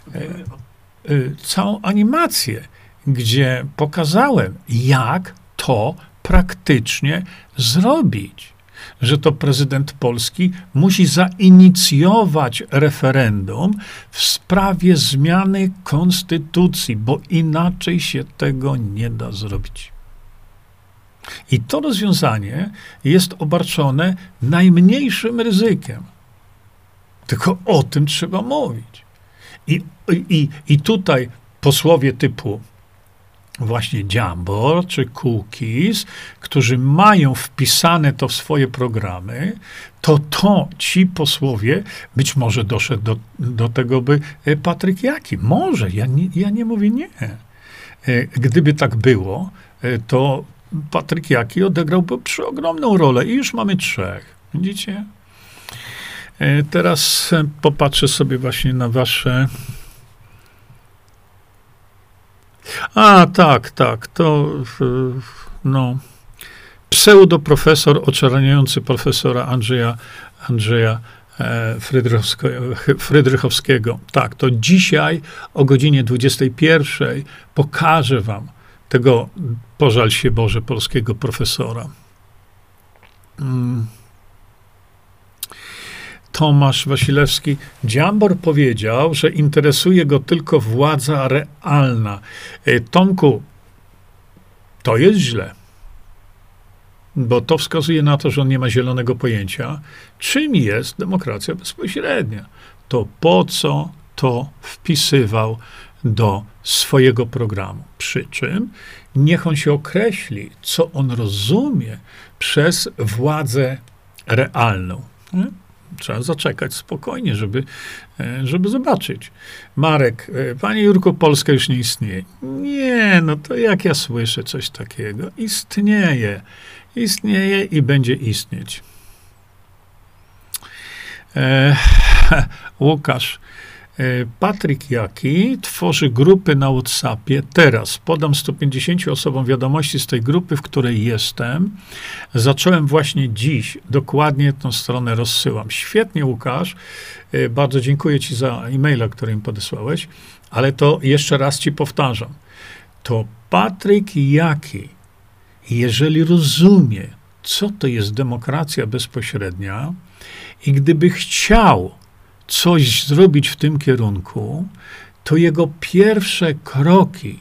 Całą animację, gdzie pokazałem, jak to praktycznie zrobić. Że to prezydent Polski musi zainicjować referendum w sprawie zmiany konstytucji, bo inaczej się tego nie da zrobić. I to rozwiązanie jest obarczone najmniejszym ryzykiem. Tylko o tym trzeba mówić. I tutaj posłowie typu właśnie Dziambor czy Kukiz, którzy mają wpisane to w swoje programy, to ci posłowie być może doszedł do tego by Patryk Jaki. Może, ja nie mówię nie. Gdyby tak było, to Patryk Jaki odegrałby przeogromną rolę i już mamy 3. Widzicie? Teraz popatrzę sobie właśnie na wasze... Tak, to no, pseudoprofesor oczarniający profesora Andrzeja Frydrychowskiego. Tak, to dzisiaj o godzinie 21 pokażę wam tego, pożal się Boże, polskiego profesora. Tomasz Wasilewski. Dziambor powiedział, że interesuje go tylko władza realna. Tomku, to jest źle. bo to wskazuje na to, że on nie ma zielonego pojęcia, czym jest demokracja bezpośrednia. To po co to wpisywał do swojego programu? Przy czym niech on się określi, co on rozumie przez władzę realną. Nie? Trzeba zaczekać spokojnie, żeby zobaczyć. Marek, panie Jurku, Polska już nie istnieje. Nie, no to jak ja słyszę coś takiego? Istnieje. Istnieje i będzie istnieć. Łukasz. Patryk Jaki tworzy grupy na WhatsAppie. Teraz podam 150 osobom wiadomości z tej grupy, w której jestem. Zacząłem właśnie dziś. Dokładnie tą stronę rozsyłam. Świetnie, Łukasz. Bardzo dziękuję ci za e-maila, który mi podesłałeś. Ale to jeszcze raz ci powtarzam. To Patryk Jaki, jeżeli rozumie, co to jest demokracja bezpośrednia i gdyby chciał coś zrobić w tym kierunku, to jego pierwsze kroki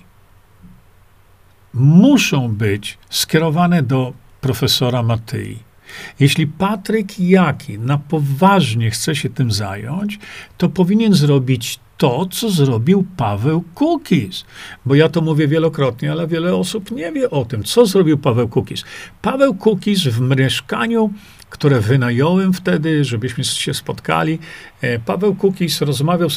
muszą być skierowane do profesora Matyi. Jeśli Patryk Jaki na poważnie chce się tym zająć, to powinien zrobić to, co zrobił Paweł Kukiz. Bo ja to mówię wielokrotnie, ale wiele osób nie wie o tym, co zrobił Paweł Kukiz. Paweł Kukiz w mieszkaniu, które wynająłem wtedy, żebyśmy się spotkali, Paweł Kukiz rozmawiał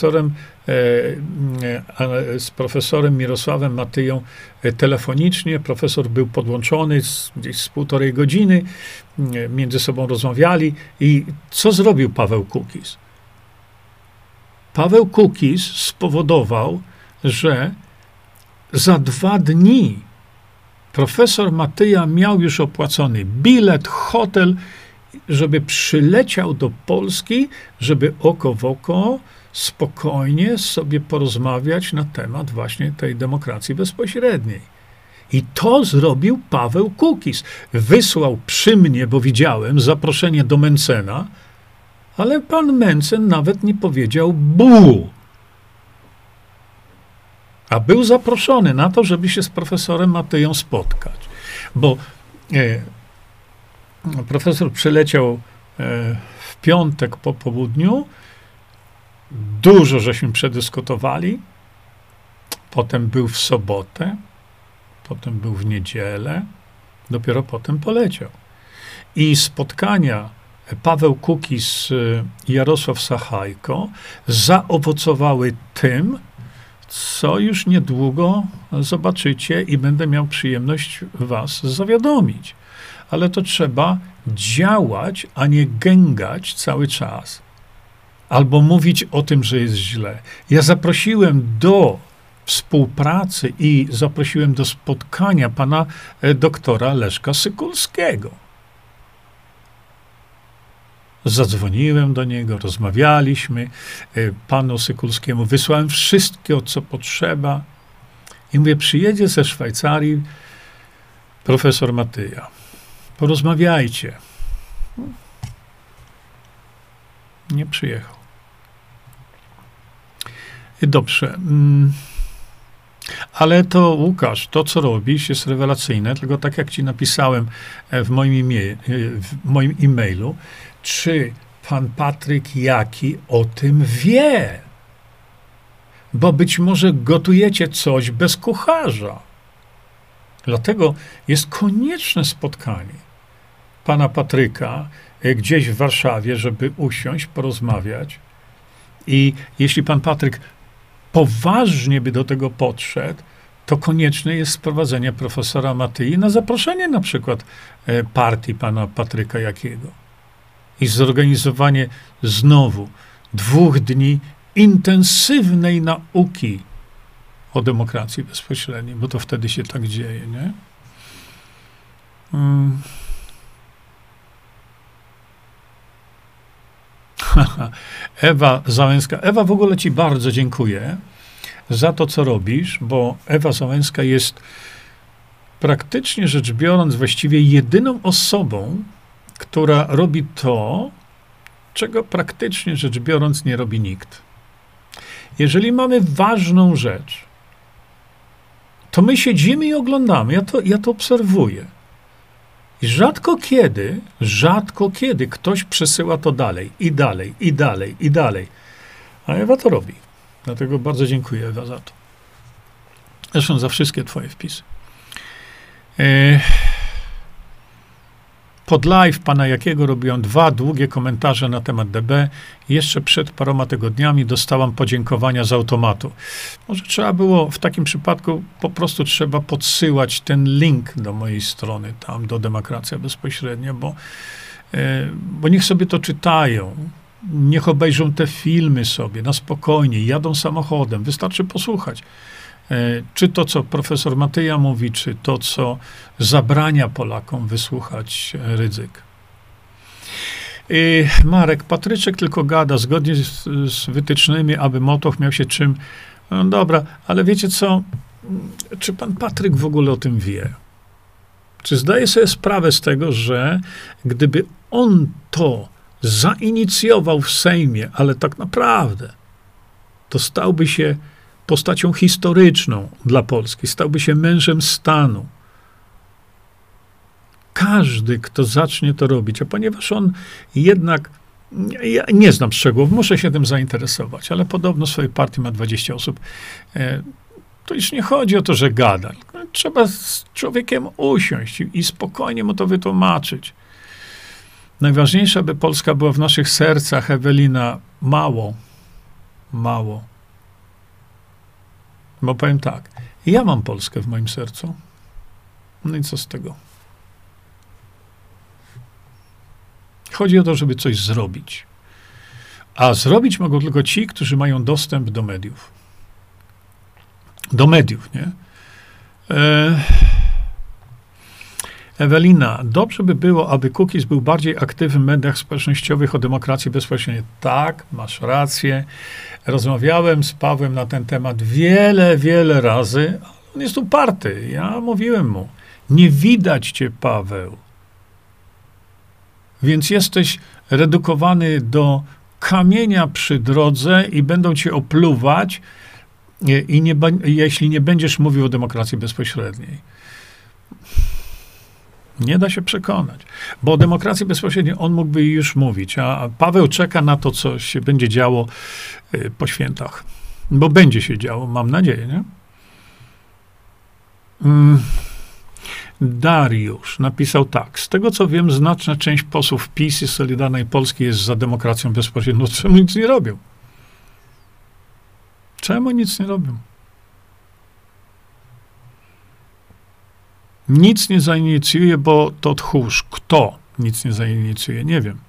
z profesorem Mirosławem Matyją telefonicznie. Profesor był podłączony gdzieś z 1,5 godziny, między sobą rozmawiali. I co zrobił Paweł Kukiz? Paweł Kukiz spowodował, że za 2 dni profesor Matyja miał już opłacony bilet, hotel, żeby przyleciał do Polski, żeby oko w oko spokojnie sobie porozmawiać na temat właśnie tej demokracji bezpośredniej. I to zrobił Paweł Kukiz. Wysłał przy mnie, bo widziałem, zaproszenie do Mencena, ale pan Mencen nawet nie powiedział bu. A był zaproszony na to, żeby się z profesorem Matyją spotkać. Bo profesor przyleciał w piątek po południu, dużo żeśmy przedyskutowali, potem był w sobotę, potem był w niedzielę, dopiero potem poleciał. I spotkania Paweł Kukiz i Jarosław Sachajko zaowocowały tym, co już niedługo zobaczycie i będę miał przyjemność was zawiadomić. Ale to trzeba działać, a nie gęgać cały czas. Albo mówić o tym, że jest źle. Ja zaprosiłem do współpracy i zaprosiłem do spotkania pana doktora Leszka Sykulskiego. Zadzwoniłem do niego, rozmawialiśmy, panu Sykulskiemu wysłałem wszystko, co potrzeba. I mówię, przyjedzie ze Szwajcarii profesor Matyja. Porozmawiajcie. Nie przyjechał. I dobrze. Ale to, Łukasz, to, co robisz, jest rewelacyjne, tylko tak jak ci napisałem w moim e-mailu, czy pan Patryk Jaki o tym wie? Bo być może gotujecie coś bez kucharza. Dlatego jest konieczne spotkanie pana Patryka gdzieś w Warszawie, żeby usiąść, porozmawiać. I jeśli pan Patryk poważnie by do tego podszedł, to konieczne jest sprowadzenie profesora Matyi na zaproszenie na przykład partii pana Patryka Jakiego. I zorganizowanie znowu 2 dni intensywnej nauki o demokracji bezpośredniej, bo to wtedy się tak dzieje, nie? Ewa Załęska. Ewa, w ogóle ci bardzo dziękuję za to, co robisz, bo Ewa Załęska jest praktycznie rzecz biorąc właściwie jedyną osobą, która robi to, czego praktycznie rzecz biorąc nie robi nikt. Jeżeli mamy ważną rzecz, to my siedzimy i oglądamy. Ja to obserwuję. I rzadko kiedy ktoś przesyła to dalej, i dalej, i dalej, i dalej. A Ewa to robi. Dlatego bardzo dziękuję, Ewa, za to. Zresztą za wszystkie twoje wpisy. Pod live pana Jakiego robiłem 2 długie komentarze na temat DB. Jeszcze przed paroma tygodniami dostałam podziękowania z automatu. Może trzeba było, w takim przypadku po prostu trzeba podsyłać ten link do mojej strony, tam do Demokracja Bezpośrednia, bo niech sobie to czytają. Niech obejrzą te filmy sobie na spokojnie, jadą samochodem, wystarczy posłuchać. Czy to, co profesor Matyja mówi, czy to, co zabrania Polakom wysłuchać Rydzyk. Marek, Patryczek tylko gada, zgodnie z wytycznymi, aby Motow miał się czym... No dobra, ale wiecie co? Czy pan Patryk w ogóle o tym wie? Czy zdaje sobie sprawę z tego, że gdyby on to zainicjował w Sejmie, ale tak naprawdę to stałby się postacią historyczną dla Polski, stałby się mężem stanu. Każdy, kto zacznie to robić, a ponieważ on jednak, ja nie znam szczegółów, muszę się tym zainteresować, ale podobno w swojej partii ma 20 osób, to już nie chodzi o to, że gada. Trzeba z człowiekiem usiąść i spokojnie mu to wytłumaczyć. Najważniejsze, aby Polska była w naszych sercach, Ewelina, mało. Bo powiem tak, ja mam Polskę w moim sercu. No i co z tego? Chodzi o to, żeby coś zrobić. A zrobić mogą tylko ci, którzy mają dostęp do mediów. Do mediów, nie? Ewelina, dobrze by było, aby Kukiz był bardziej aktywny w mediach społecznościowych o demokracji bezpośredniej. Tak, masz rację. Rozmawiałem z Pawłem na ten temat wiele razy. On jest uparty. Ja mówiłem mu, nie widać cię, Paweł. Więc jesteś redukowany do kamienia przy drodze i będą cię opluwać, jeśli nie będziesz mówił o demokracji bezpośredniej. Nie da się przekonać. Bo o demokracji bezpośredniej on mógłby już mówić, a Paweł czeka na to, co się będzie działo po świętach. Bo będzie się działo, mam nadzieję, nie? Dariusz napisał tak. Z tego, co wiem, znaczna część posłów PiS i Solidarnej Polski jest za demokracją bezpośrednią. Czemu nic nie robią? Czemu nic nie robią? Nic nie zainicjuje, bo to tchórz. Kto nic nie zainicjuje? Nie wiem.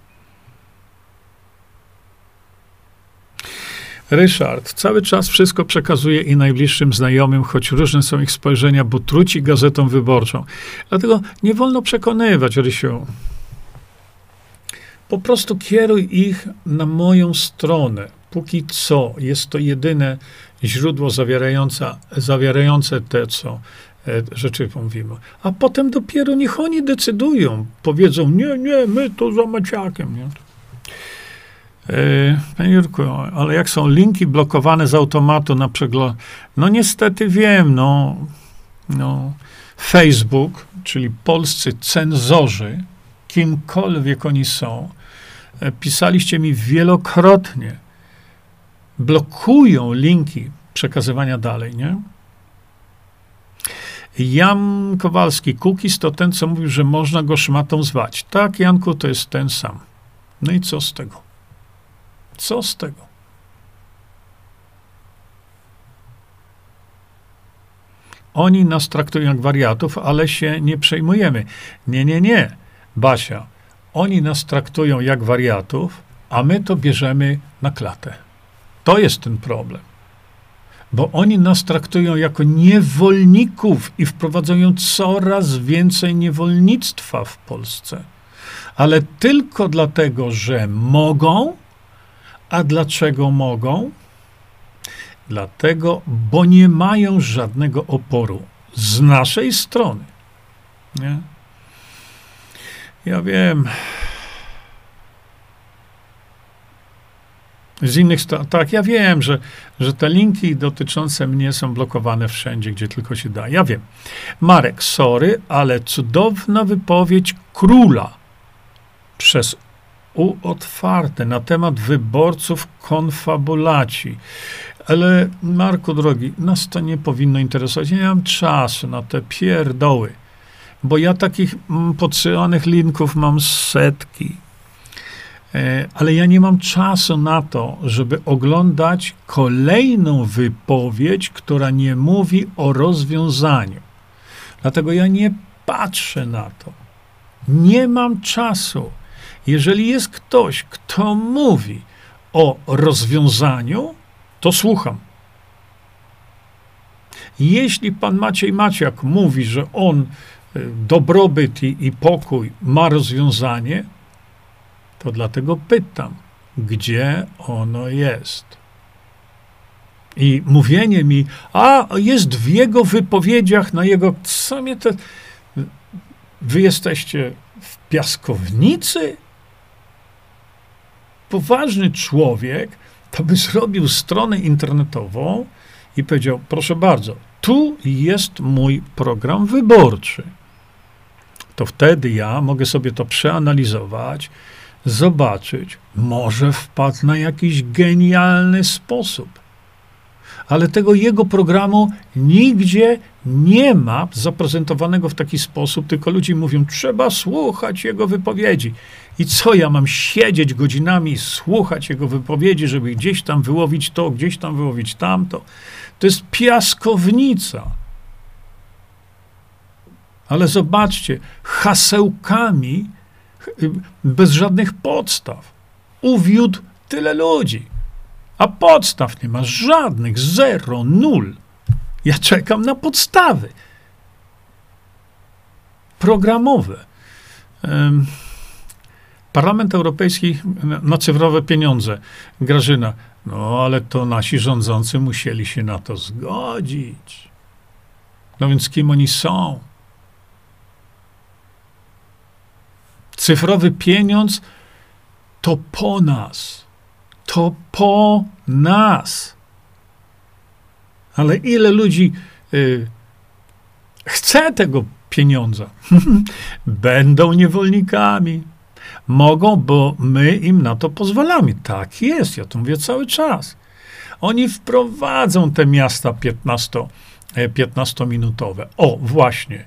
Ryszard, cały czas wszystko przekazuje i najbliższym znajomym, choć różne są ich spojrzenia, bo truci gazetą wyborczą. Dlatego nie wolno przekonywać, Rysiu. Po prostu kieruj ich na moją stronę. Póki co jest to jedyne źródło zawierające te, co rzeczy mówimy. A potem dopiero niech oni decydują. Powiedzą, nie, my to za Maciakiem. Nie? Panie Jurku, ale jak są linki blokowane z automatu na przegląd... No niestety wiem, no Facebook, czyli polscy cenzorzy, kimkolwiek oni są, pisaliście mi wielokrotnie, blokują przekazywania dalej, nie? Jan Kowalski, Kukiz to ten, co mówił, że można go szmatą zwać. Tak, Janku, to jest ten sam. No i co z tego? Co z tego? Oni nas traktują jak wariatów, ale się nie przejmujemy. Nie, Basia. Oni nas traktują jak wariatów, a my to bierzemy na klatę. To jest ten problem. Bo oni nas traktują jako niewolników i wprowadzają coraz więcej niewolnictwa w Polsce. Ale tylko dlatego, że mogą. A dlaczego mogą? Dlatego, bo nie mają żadnego oporu z naszej strony. Nie? Ja wiem. Z innych stron, tak, ja wiem, że te linki dotyczące mnie są blokowane wszędzie, gdzie tylko się da. Ja wiem. Marek, sorry, ale cudowna wypowiedź króla przez U otwarte na temat wyborców konfabulaci. Ale Marku drogi, nas to nie powinno interesować. Nie mam czasu na te pierdoły, bo ja takich podsyłanych linków mam setki. Ale ja nie mam czasu na to, żeby oglądać kolejną wypowiedź, która nie mówi o rozwiązaniu. Dlatego ja nie patrzę na to. Nie mam czasu. Jeżeli jest ktoś, kto mówi o rozwiązaniu, to słucham. Jeśli pan Maciej Maciak mówi, że on dobrobyt i pokój ma rozwiązanie, to dlatego pytam, gdzie ono jest. I mówienie mi, a jest w jego wypowiedziach, na jego, co mnie to, wy jesteście w piaskownicy? Poważny człowiek to by zrobił stronę internetową i powiedział, proszę bardzo, tu jest mój program wyborczy. To wtedy ja mogę sobie to przeanalizować, zobaczyć, może wpadł na jakiś genialny sposób. Ale tego jego programu nigdzie nie ma zaprezentowanego w taki sposób, tylko ludzie mówią, trzeba słuchać jego wypowiedzi. I co, ja mam siedzieć godzinami i słuchać jego wypowiedzi, żeby gdzieś tam wyłowić to, gdzieś tam wyłowić tamto? To jest piaskownica. Ale zobaczcie, hasełkami, bez żadnych podstaw, uwiódł tyle ludzi. A podstaw nie ma żadnych, zero, nul. Ja czekam na podstawy programowe. Parlament Europejski na cyfrowe pieniądze. Grażyna, no ale to nasi rządzący musieli się na to zgodzić. No więc kim oni są? Cyfrowy pieniądz to po nas. To po nas. Ale ile ludzi chce tego pieniądza? Będą niewolnikami. Mogą, bo my im na to pozwalamy. Tak jest, ja to mówię cały czas. Oni wprowadzą te miasta 15-minutowe. O, właśnie.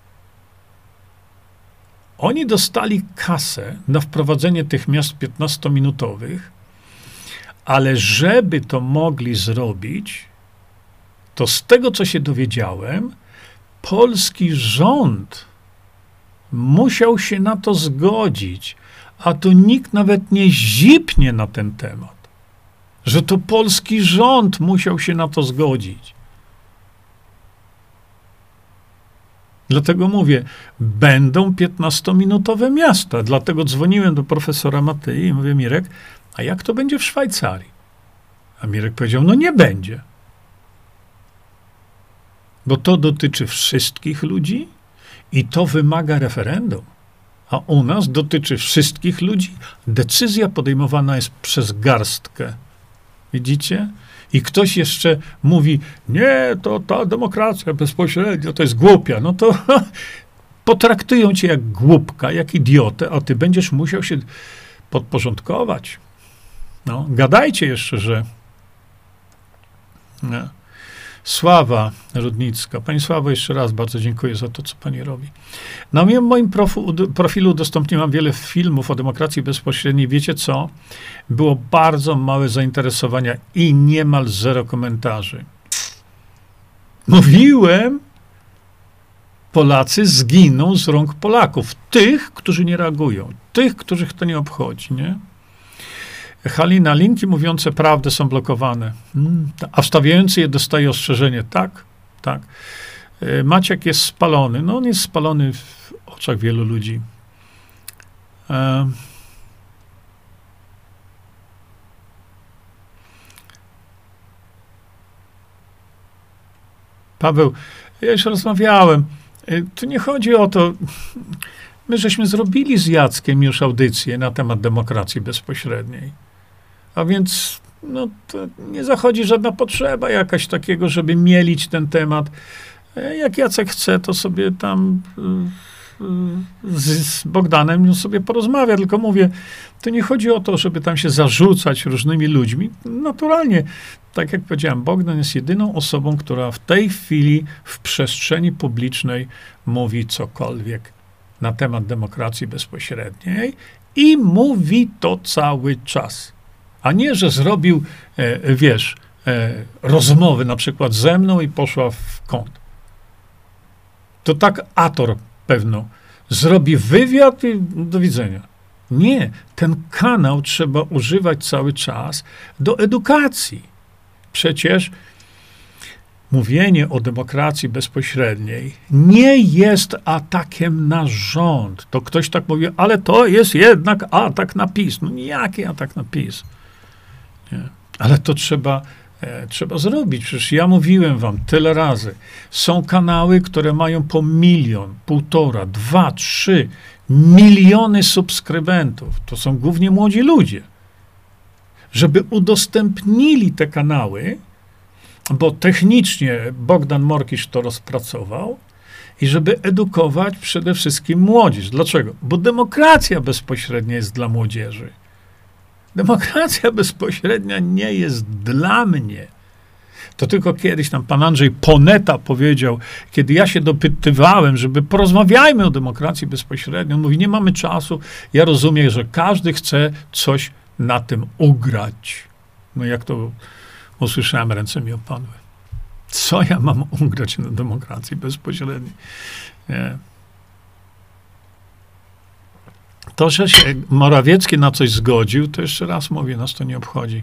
Oni dostali kasę na wprowadzenie tych miast 15-minutowych, ale żeby to mogli zrobić, to z tego, co się dowiedziałem, polski rząd musiał się na to zgodzić, a tu nikt nawet nie zipnie na ten temat, że to polski rząd musiał się na to zgodzić. Dlatego mówię, będą 15-minutowe miasta. Dlatego dzwoniłem do profesora Matyi i mówię, Mirek, a jak to będzie w Szwajcarii? A Mirek powiedział, no nie będzie. Bo to dotyczy wszystkich ludzi i to wymaga referendum. A u nas dotyczy wszystkich ludzi. Decyzja podejmowana jest przez garstkę. Widzicie? I ktoś jeszcze mówi, nie, to ta demokracja bezpośrednio to jest głupia. No to potraktują cię jak głupka, jak idiotę, a ty będziesz musiał się podporządkować. No, gadajcie jeszcze, że... Nie. Sława Rudnicka. Pani Sławo, jeszcze raz bardzo dziękuję za to, co pani robi. Na moim profilu udostępniłam wiele filmów o demokracji bezpośredniej. Wiecie co? Było bardzo małe zainteresowania i niemal zero komentarzy. Mówiłem, Polacy zginą z rąk Polaków. Tych, którzy nie reagują. Tych, których to nie obchodzi, nie? Halina, linki mówiące prawdę są blokowane. A wstawiający je dostaje ostrzeżenie. Tak, tak. Maciek jest spalony. No on jest spalony w oczach wielu ludzi. Paweł, ja już rozmawiałem. Tu nie chodzi o to. My żeśmy zrobili z Jackiem już audycję na temat demokracji bezpośredniej. A więc no, to nie zachodzi żadna potrzeba jakaś takiego, żeby mielić ten temat. Jak Jacek chce, to sobie tam z Bogdanem sobie porozmawia, tylko mówię, to nie chodzi o to, żeby tam się zarzucać różnymi ludźmi. Naturalnie, tak jak powiedziałem, Bogdan jest jedyną osobą, która w tej chwili w przestrzeni publicznej mówi cokolwiek na temat demokracji bezpośredniej i mówi to cały czas. A nie, że zrobił, wiesz, rozmowy na przykład ze mną i poszła w kąt. To tak Ator pewno zrobi wywiad i do widzenia. Nie, ten kanał trzeba używać cały czas do edukacji. Przecież mówienie o demokracji bezpośredniej nie jest atakiem na rząd. To ktoś tak mówi, ale to jest jednak atak na PiS. No jaki atak na PiS? Nie. Ale to trzeba zrobić. Przecież ja mówiłem wam tyle razy. Są kanały, które mają po 1, 1,5, 2, 3 miliony subskrybentów. To są głównie młodzi ludzie. Żeby udostępnili te kanały, bo technicznie Bogdan Morkisz to rozpracował, i żeby edukować przede wszystkim młodzież. Dlaczego? Bo demokracja bezpośrednia jest dla młodzieży. Demokracja bezpośrednia nie jest dla mnie. To tylko kiedyś tam pan Andrzej Poneta powiedział, kiedy ja się dopytywałem, żeby porozmawiajmy o demokracji bezpośredniej. On mówi, nie mamy czasu. Ja rozumiem, że każdy chce coś na tym ugrać. No jak to usłyszałem, ręce mi opadły. Co ja mam ugrać na demokracji bezpośredniej? Nie. To, że się Morawiecki na coś zgodził, to jeszcze raz mówię, nas to nie obchodzi.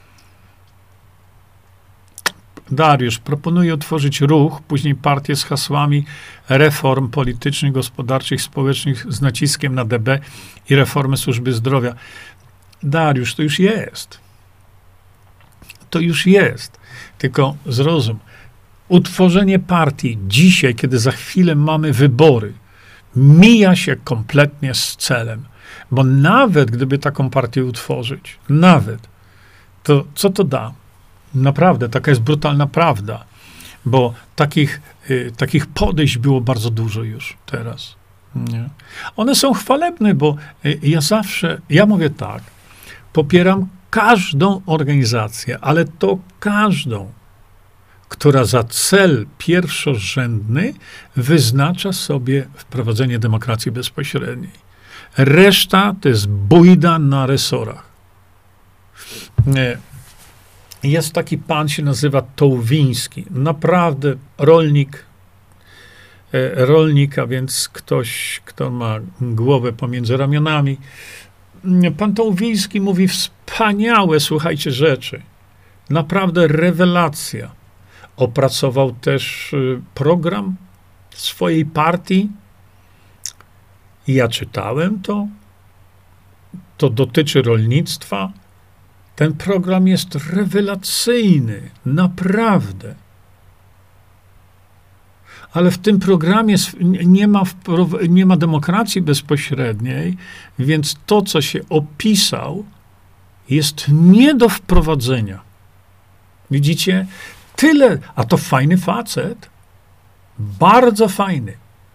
Dariusz, proponuję utworzyć ruch, później partię z hasłami reform politycznych, gospodarczych, społecznych z naciskiem na DB i reformy służby zdrowia. Dariusz, to już jest. To już jest. Tylko zrozum, utworzenie partii dzisiaj, kiedy za chwilę mamy wybory, mija się kompletnie z celem. Bo nawet gdyby taką partię utworzyć, to co to da? Naprawdę, taka jest brutalna prawda. Bo takich podejść było bardzo dużo już teraz. Nie? One są chwalebne, bo ja mówię tak, popieram każdą organizację, ale to każdą, która za cel pierwszorzędny wyznacza sobie wprowadzenie demokracji bezpośredniej. Reszta to jest bójda na resorach. Jest taki pan, się nazywa Tołwiński. Naprawdę rolnik, a więc ktoś, kto ma głowę pomiędzy ramionami. Pan Tołwiński mówi wspaniałe, słuchajcie, rzeczy. Naprawdę rewelacja. Opracował też program swojej partii. Ja czytałem to. To dotyczy rolnictwa. Ten program jest rewelacyjny. Naprawdę. Ale w tym programie nie ma demokracji bezpośredniej, więc to, co się opisał, jest nie do wprowadzenia. Widzicie? Tyle, a to fajny facet, bardzo fajny.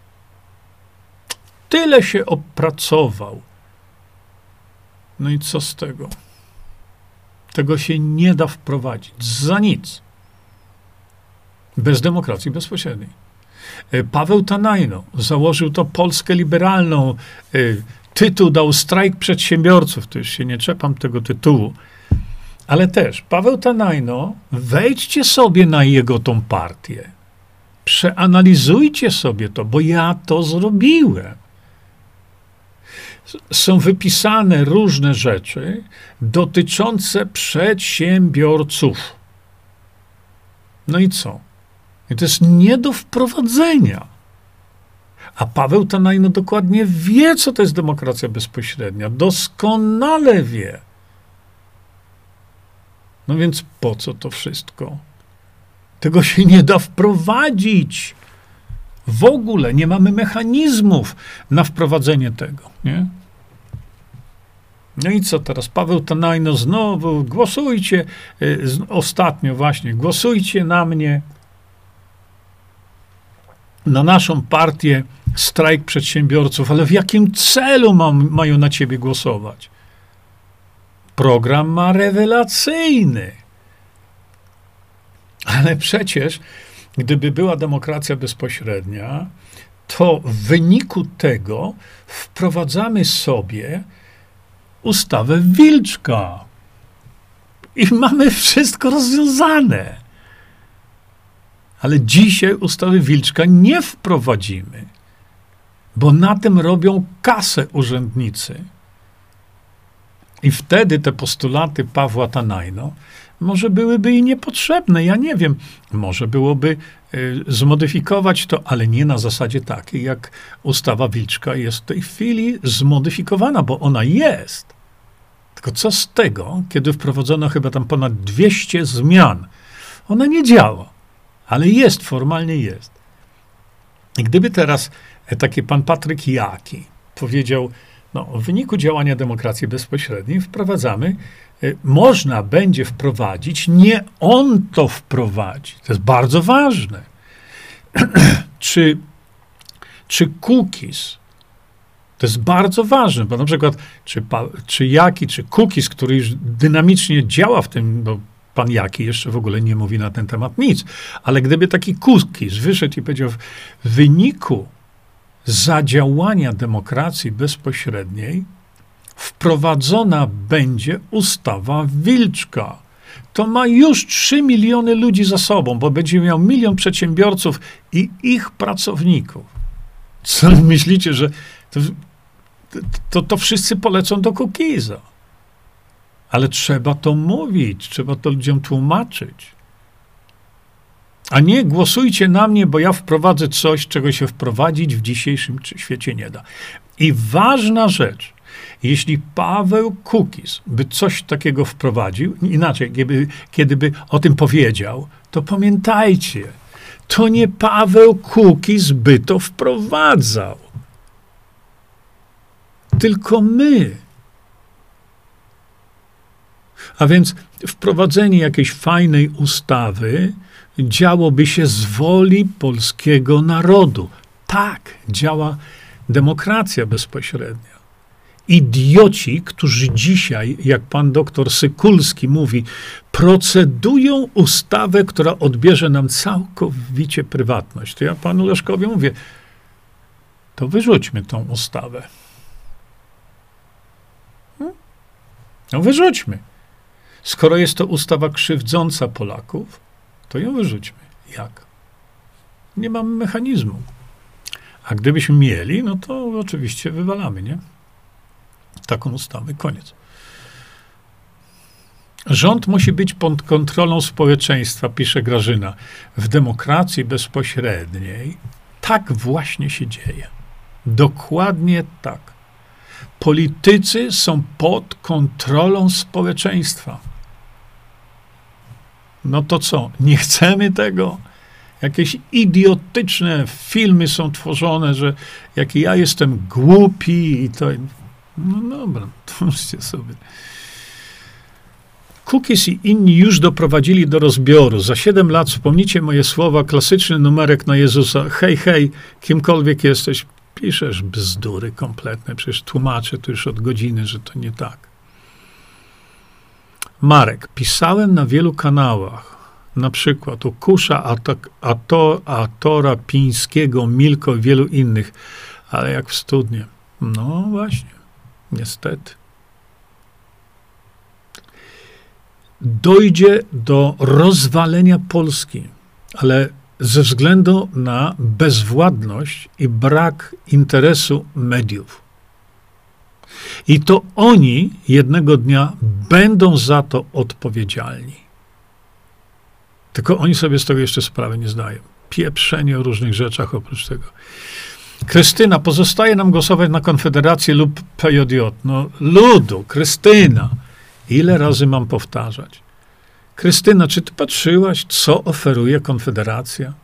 Tyle się opracował. No i co z tego? Tego się nie da wprowadzić. Za nic. Bez demokracji bezpośredniej. Paweł Tanajno założył to Polskę Liberalną. Tytuł dał Strajk Przedsiębiorców. To już się nie czepam tego tytułu. Ale też Paweł Tanajno, wejdźcie sobie na jego tą partię. Przeanalizujcie sobie to, bo ja to zrobiłem. Są wypisane różne rzeczy dotyczące przedsiębiorców. No i co? I to jest nie do wprowadzenia. A Paweł Tanajno dokładnie wie, co to jest demokracja bezpośrednia. Doskonale wie. No więc po co to wszystko? Tego się nie da wprowadzić. W ogóle nie mamy mechanizmów na wprowadzenie tego, nie? No i co teraz? Paweł Tanajno znowu, głosujcie, ostatnio właśnie, głosujcie na mnie, na naszą partię, strajk przedsiębiorców, ale w jakim celu mają na ciebie głosować? Program ma rewelacyjny. Ale przecież, gdyby była demokracja bezpośrednia, to w wyniku tego wprowadzamy sobie ustawę Wilczka. I mamy wszystko rozwiązane. Ale dzisiaj ustawy Wilczka nie wprowadzimy, bo na tym robią kasę urzędnicy. I wtedy te postulaty Pawła Tanajno może byłyby i niepotrzebne, ja nie wiem. Może byłoby zmodyfikować to, ale nie na zasadzie takiej, jak ustawa Wilczka jest w tej chwili zmodyfikowana, bo ona jest. Tylko co z tego, kiedy wprowadzono chyba tam ponad 200 zmian? Ona nie działa, ale jest, formalnie jest. I gdyby teraz taki pan Patryk Jaki powiedział, no, w wyniku działania demokracji bezpośredniej wprowadzamy, można będzie wprowadzić, nie on to wprowadzi. To jest bardzo ważne. Czy cookies, to jest bardzo ważne, bo na przykład czy Jaki, czy cookies, który już dynamicznie działa w tym, bo pan Jaki jeszcze w ogóle nie mówi na ten temat nic, ale gdyby taki cookies wyszedł i powiedział, w wyniku zadziałania demokracji bezpośredniej wprowadzona będzie ustawa Wilczka. To ma już 3 miliony ludzi za sobą, bo będzie miał 1 milion przedsiębiorców i ich pracowników. Co myślicie, że to wszyscy polecą do cookiesa? Ale trzeba to mówić, trzeba to ludziom tłumaczyć. A nie głosujcie na mnie, bo ja wprowadzę coś, czego się wprowadzić w dzisiejszym świecie nie da. I ważna rzecz, jeśli Paweł Kukiz by coś takiego wprowadził, inaczej, kiedyby o tym powiedział, to pamiętajcie, to nie Paweł Kukiz by to wprowadzał. Tylko my. A więc wprowadzenie jakiejś fajnej ustawy działoby się z woli polskiego narodu. Tak działa demokracja bezpośrednia. Idioci, którzy dzisiaj, jak pan doktor Sykulski mówi, procedują ustawę, która odbierze nam całkowicie prywatność. To ja panu Leszkowi mówię, to wyrzućmy tą ustawę. No wyrzućmy. Skoro jest to ustawa krzywdząca Polaków, to ją wyrzućmy. Jak? Nie mamy mechanizmu. A gdybyśmy mieli, no to oczywiście wywalamy, nie? Taką ustawę. Koniec. Rząd musi być pod kontrolą społeczeństwa, pisze Grażyna. W demokracji bezpośredniej tak właśnie się dzieje. Dokładnie tak. Politycy są pod kontrolą społeczeństwa. No to co? Nie chcemy tego? Jakieś idiotyczne filmy są tworzone, że jaki ja jestem głupi i to... No dobra, tłumaczcie sobie. Kukiz i inni już doprowadzili do rozbioru. Za 7 lat wspomnicie moje słowa, klasyczny numerek na Jezusa. Hej, hej, kimkolwiek jesteś, piszesz bzdury kompletne. Przecież tłumaczę tu już od godziny, że to nie tak. Marek, pisałem na wielu kanałach, na przykład u Kusza, Atora, Pińskiego, Milko i wielu innych, ale jak w studnie. No właśnie, niestety. Dojdzie do rozwalenia Polski, ale ze względu na bezwładność i brak interesu mediów. I to oni jednego dnia będą za to odpowiedzialni. Tylko oni sobie z tego jeszcze sprawy nie zdają. Pieprzenie o różnych rzeczach oprócz tego. Krystyna, pozostaje nam głosować na Konfederację lub PJJ. No ludu, Krystyna. Ile razy mam powtarzać? Krystyna, czy ty patrzyłaś, co oferuje Konfederacja?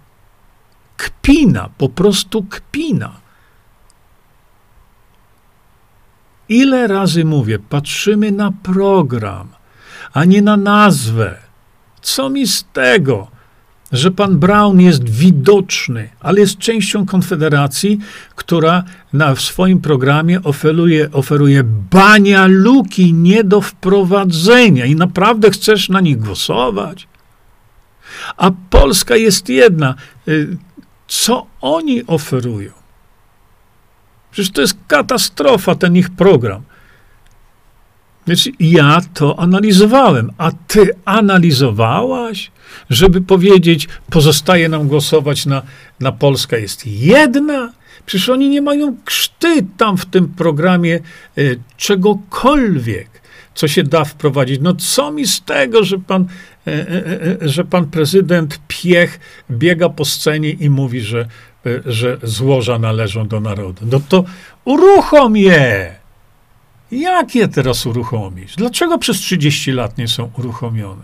Kpina, po prostu kpina. Ile razy mówię, patrzymy na program, a nie na nazwę. Co mi z tego, że pan Braun jest widoczny, ale jest częścią Konfederacji, która w swoim programie oferuje banialuki nie do wprowadzenia i naprawdę chcesz na nich głosować? A Polska jest jedna. Co oni oferują? Przecież to jest katastrofa, ten ich program. Więc ja to analizowałem. A ty analizowałaś, żeby powiedzieć, pozostaje nam głosować na Polskę jest jedna? Przecież oni nie mają krzty tam w tym programie czegokolwiek, co się da wprowadzić. No co mi z tego, że pan prezydent Piech biega po scenie i mówi, że złoża należą do narodu. No to uruchom je! Jak je teraz uruchomić? Dlaczego przez 30 lat nie są uruchomione?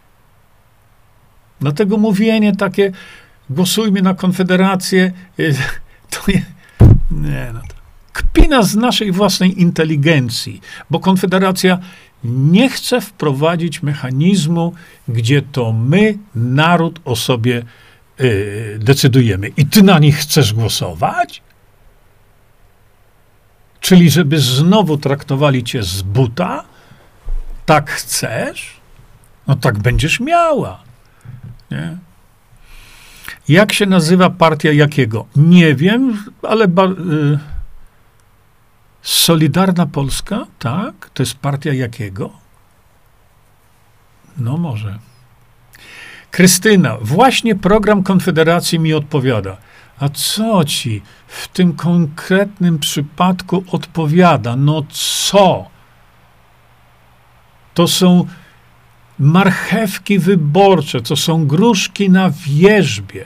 Dlatego mówienie takie, głosujmy na Konfederację, to nie, no to kpina z naszej własnej inteligencji, bo Konfederacja nie chce wprowadzić mechanizmu, gdzie to my, naród, o sobie decydujemy. I ty na nich chcesz głosować? Czyli żeby znowu traktowali cię z buta? Tak chcesz? No tak będziesz miała. Nie? Jak się nazywa partia jakiego? Nie wiem, ale Solidarna Polska? Tak? To jest partia jakiego? No może. Krystyna, właśnie program Konfederacji mi odpowiada. A co ci w tym konkretnym przypadku odpowiada? No co? To są marchewki wyborcze, to są gruszki na wierzbie.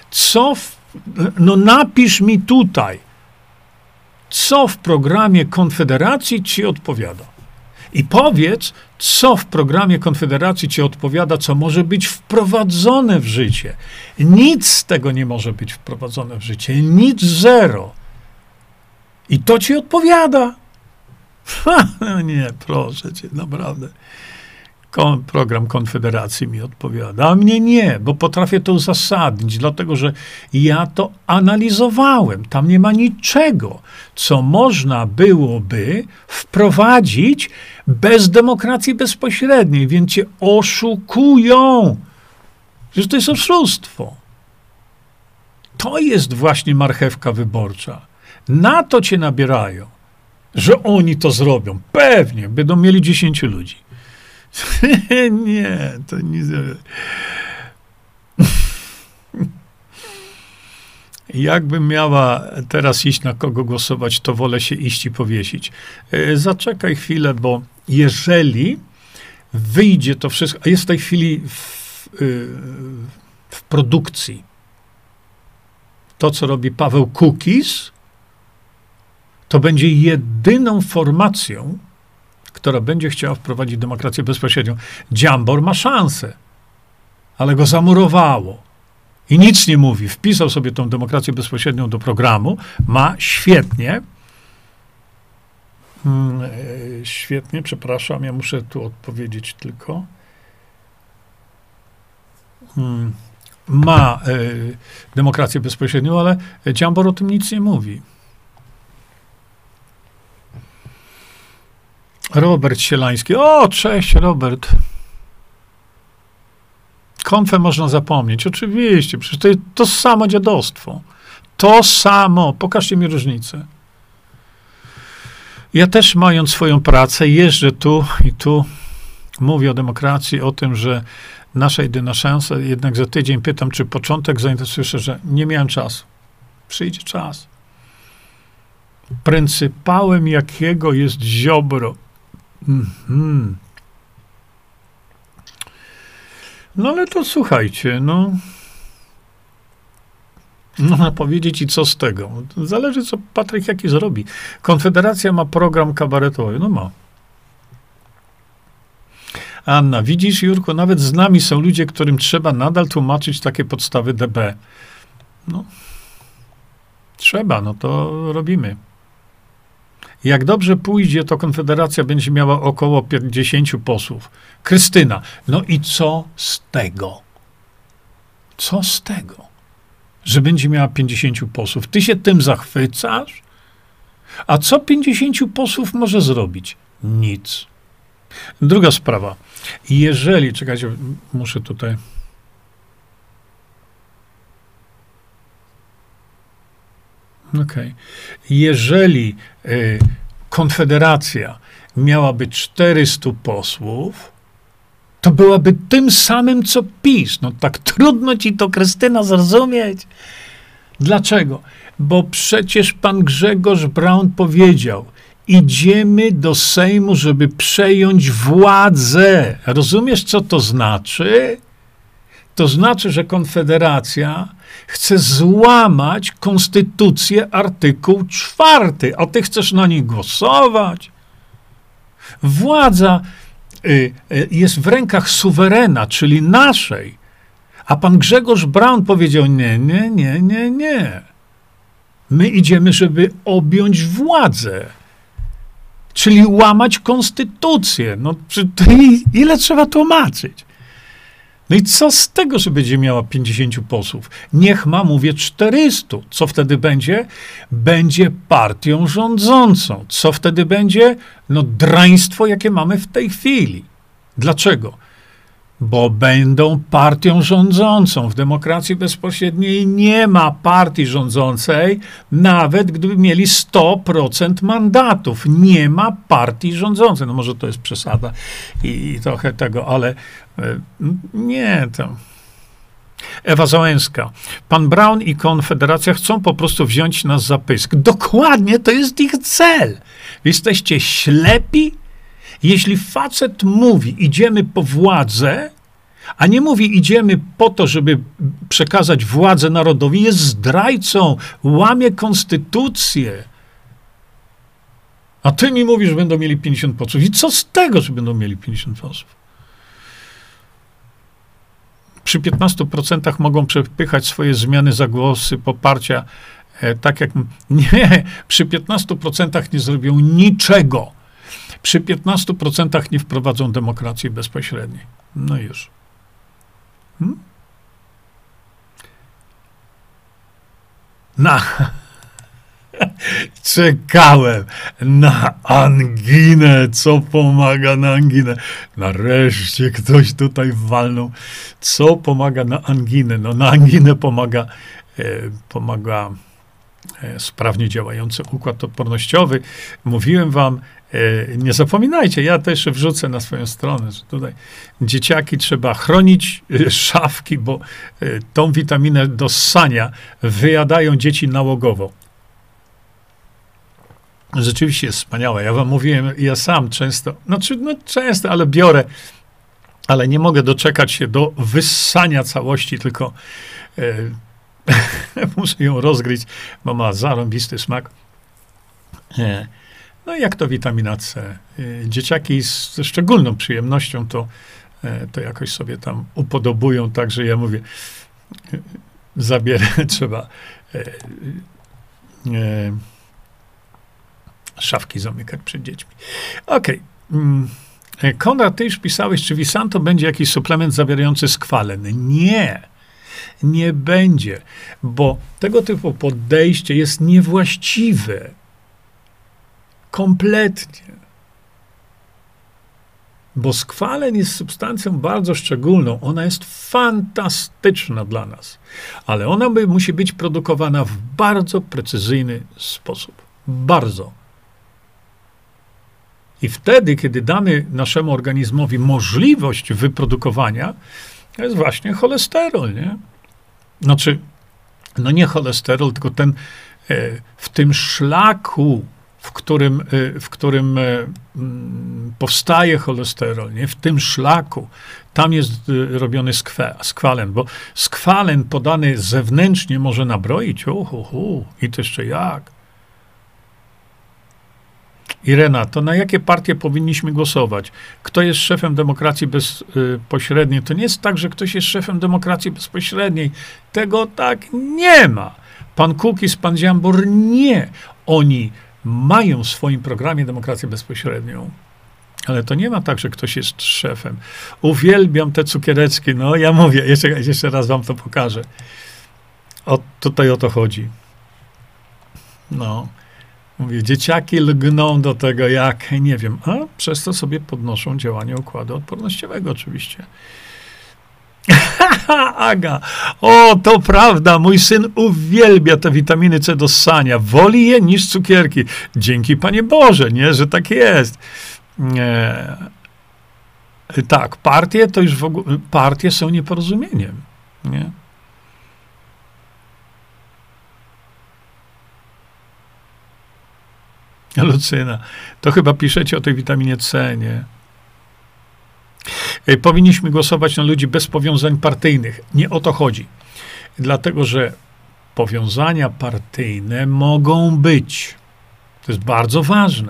No napisz mi tutaj, co w programie Konfederacji ci odpowiada. I powiedz, co w programie Konfederacji ci odpowiada, co może być wprowadzone w życie. Nic z tego nie może być wprowadzone w życie. Nic, zero. I to ci odpowiada. Nie, proszę cię, naprawdę. Program Konfederacji mi odpowiada, a mnie nie, bo potrafię to uzasadnić, dlatego że ja to analizowałem. Tam nie ma niczego, co można byłoby wprowadzić bez demokracji bezpośredniej, więc cię oszukują. Przecież to jest oszustwo. To jest właśnie marchewka wyborcza. Na to cię nabierają, że oni to zrobią. Pewnie, będą mieli 10 ludzi. Nie, to nic. Jakbym miała teraz iść na kogo głosować, to wolę się iść i powiesić. Zaczekaj chwilę, bo jeżeli wyjdzie to wszystko, a jest w tej chwili w produkcji to, co robi Paweł Kukiz, to będzie jedyną formacją, która będzie chciała wprowadzić demokrację bezpośrednią. Dziambor ma szansę, ale go zamurowało. I nic nie mówi. Wpisał sobie tą demokrację bezpośrednią do programu. Ma świetnie. Świetnie, przepraszam, ja muszę tu odpowiedzieć tylko. Ma demokrację bezpośrednią, ale Dziambor o tym nic nie mówi. Robert Sielański. O, cześć, Robert. Konfę można zapomnieć. Oczywiście, przecież to jest to samo dziadostwo. To samo. Pokażcie mi różnicę. Ja też, mając swoją pracę, jeżdżę tu i tu, mówię o demokracji, o tym, że nasza jedyna szansa, jednak za tydzień pytam, czy początek zainteresuje, że nie miałem czasu. Przyjdzie czas. Pryncypałem jakiego jest Ziobro. No ale to słuchajcie, można powiedzieć i co z tego. Zależy, co Patryk jaki zrobi. Konfederacja ma program kabaretowy. No ma. Anna, widzisz, Jurku, nawet z nami są ludzie, którym trzeba nadal tłumaczyć takie podstawy DB. No, trzeba, no to robimy. Jak dobrze pójdzie, to Konfederacja będzie miała około 50 posłów. Krystyna, no i co z tego? Co z tego? Że będzie miała 50 posłów. Ty się tym zachwycasz? A co 50 posłów może zrobić? Nic. Druga sprawa. Jeżeli, czekajcie, muszę tutaj... Okej. Jeżeli Konfederacja miałaby 400 posłów, to byłaby tym samym, co PiS. No tak trudno ci to, Krystyna, zrozumieć. Dlaczego? Bo przecież pan Grzegorz Braun powiedział, idziemy do Sejmu, żeby przejąć władzę. Rozumiesz, co to znaczy? To znaczy, że Konfederacja chce złamać konstytucję, artykuł 4, a ty chcesz na niej głosować. Władza jest w rękach suwerena, czyli naszej. A pan Grzegorz Braun powiedział, nie, nie, nie, nie, nie. My idziemy, żeby objąć władzę. Czyli łamać konstytucję. No, ile trzeba tłumaczyć? No i co z tego, że będzie miała 50 posłów? Niech ma, mówię, 400. Co wtedy będzie? Będzie partią rządzącą. Co wtedy będzie? No draństwo, jakie mamy w tej chwili. Dlaczego? Bo będą partią rządzącą. W demokracji bezpośredniej nie ma partii rządzącej, nawet gdyby mieli 100% mandatów. Nie ma partii rządzącej. No może to jest przesada i trochę tego, ale nie, to... Ewa Załęska. Pan Braun i Konfederacja chcą po prostu wziąć nas za pysk. Dokładnie, to jest ich cel. Wy jesteście ślepi? Jeśli facet mówi, idziemy po władzę, a nie mówi, idziemy po to, żeby przekazać władzę narodowi, jest zdrajcą, łamie konstytucję. A ty mi mówisz, że będą mieli 50 posłów. I co z tego, że będą mieli 50 posłów? Przy 15% mogą przepychać swoje zmiany za głosy poparcia, tak jak... Nie, przy 15% nie zrobią niczego. Przy 15% nie wprowadzą demokracji bezpośredniej. No już. Czekałem na anginę. Co pomaga na anginę? Nareszcie ktoś tutaj walnął. Co pomaga na anginę? No na anginę pomaga sprawnie działający układ odpornościowy. Mówiłem wam, nie zapominajcie, ja też wrzucę na swoją stronę, że tutaj dzieciaki trzeba chronić, szafki, bo tą witaminę do ssania wyjadają dzieci nałogowo. Rzeczywiście jest wspaniałe. Ja wam mówiłem, ja sam często, często, ale biorę, ale nie mogę doczekać się do wyssania całości, tylko muszę ją rozgryźć, bo ma zarąbisty smak. No i jak to witamina C. Dzieciaki ze szczególną przyjemnością to jakoś sobie tam upodobują, także ja mówię, trzeba szafki zamykać przed dziećmi. Okej. Konrad, ty już pisałeś, czy Visanto będzie jakiś suplement zawierający skwalen? Nie. Nie będzie, bo tego typu podejście jest niewłaściwe. Kompletnie. Bo skwalen jest substancją bardzo szczególną. Ona jest fantastyczna dla nas. Ale ona musi być produkowana w bardzo precyzyjny sposób. Bardzo. I wtedy, kiedy damy naszemu organizmowi możliwość wyprodukowania, to jest właśnie cholesterol, nie? Znaczy, no nie cholesterol, tylko ten w tym szlaku, w którym powstaje cholesterol, nie? W tym szlaku, tam jest robiony skwalen, bo skwalen podany zewnętrznie może nabroić, i to jeszcze jak. Irena, to na jakie partie powinniśmy głosować? Kto jest szefem demokracji bezpośredniej? To nie jest tak, że ktoś jest szefem demokracji bezpośredniej. Tego tak nie ma. Pan Kukiz, pan Dziambor, nie. Oni mają w swoim programie demokrację bezpośrednią. Ale to nie ma tak, że ktoś jest szefem. Uwielbiam te cukiereczki. No ja mówię, jeszcze raz wam to pokażę. Tutaj o to chodzi. No. Mówię, dzieciaki lgną do tego jak, nie wiem, a przez to sobie podnoszą działanie układu odpornościowego oczywiście. Aga, o, to prawda, mój syn uwielbia te witaminy C do ssania. Woli je niż cukierki. Dzięki Panie Boże, nie, że tak jest. Tak, partie to już w ogóle, partie są nieporozumieniem, nie? Lucyna, to chyba piszecie o tej witaminie C, nie? Powinniśmy głosować na ludzi bez powiązań partyjnych. Nie o to chodzi. Dlatego, że powiązania partyjne mogą być. To jest bardzo ważne.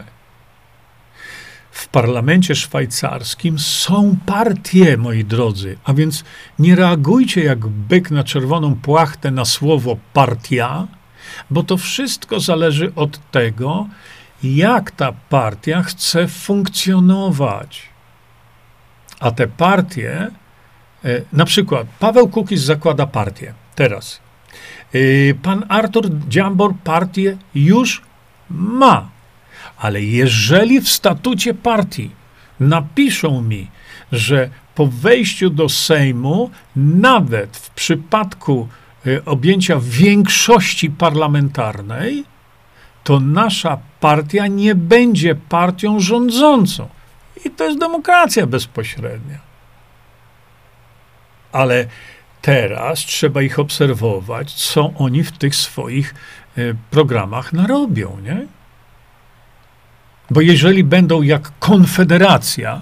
W parlamencie szwajcarskim są partie, moi drodzy. A więc nie reagujcie jak byk na czerwoną płachtę na słowo partia, bo to wszystko zależy od tego, jak ta partia chce funkcjonować. A te partie, na przykład Paweł Kukiz zakłada partię teraz. Pan Artur Dziambor partię już ma. Ale jeżeli w statucie partii napiszą mi, że po wejściu do Sejmu, nawet w przypadku objęcia większości parlamentarnej, to nasza partia nie będzie partią rządzącą. I to jest demokracja bezpośrednia. Ale teraz trzeba ich obserwować, co oni w tych swoich programach narobią, nie? Bo jeżeli będą jak Konfederacja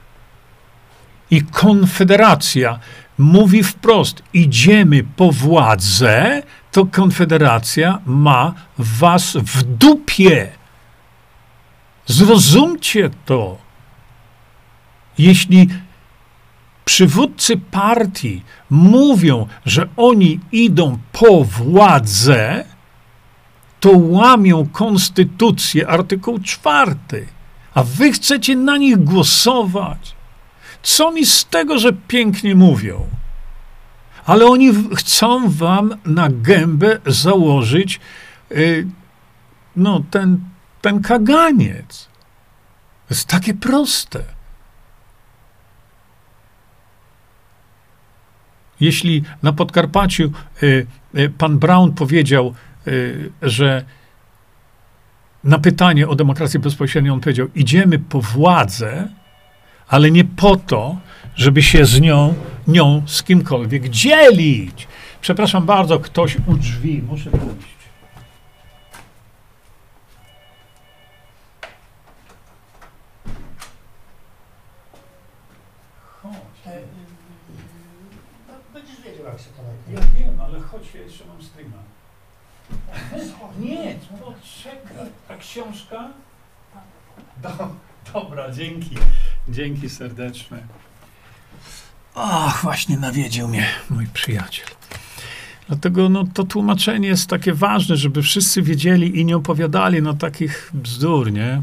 i Konfederacja mówi wprost, idziemy po władzę, to Konfederacja ma was w dupie. Zrozumcie to. Jeśli przywódcy partii mówią, że oni idą po władzę, to łamią konstytucję, artykuł 4. A wy chcecie na nich głosować. Co mi z tego, że pięknie mówią? Ale oni chcą wam na gębę założyć ten kaganiec. To jest takie proste. Jeśli na Podkarpaciu pan Braun powiedział, że na pytanie o demokrację bezpośrednią on powiedział, idziemy po władzę, ale nie po to, żeby się z nią z kimkolwiek dzielić. Przepraszam bardzo, ktoś u drzwi, muszę pójść. Będziesz wiedział, jak się to Ja wiem, ale chodź, ja jeszcze mam streama. Nie, poczekaj. A książka? Dobra, dzięki. Dzięki serdeczne. Ach, właśnie nawiedził mnie mój przyjaciel. Dlatego to tłumaczenie jest takie ważne, żeby wszyscy wiedzieli i nie opowiadali takich bzdur, nie?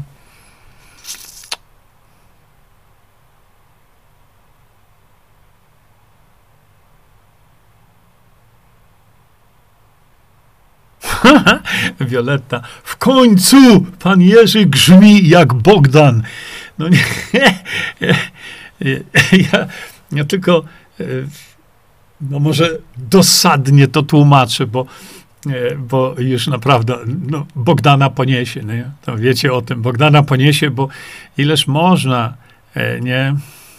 Wioletta, w końcu pan Jerzy grzmi jak Bogdan. No nie, ja tylko, może dosadnie to tłumaczę, bo już naprawdę, Bogdana poniesie, nie? To wiecie o tym, Bogdana poniesie, bo ileż można, nie?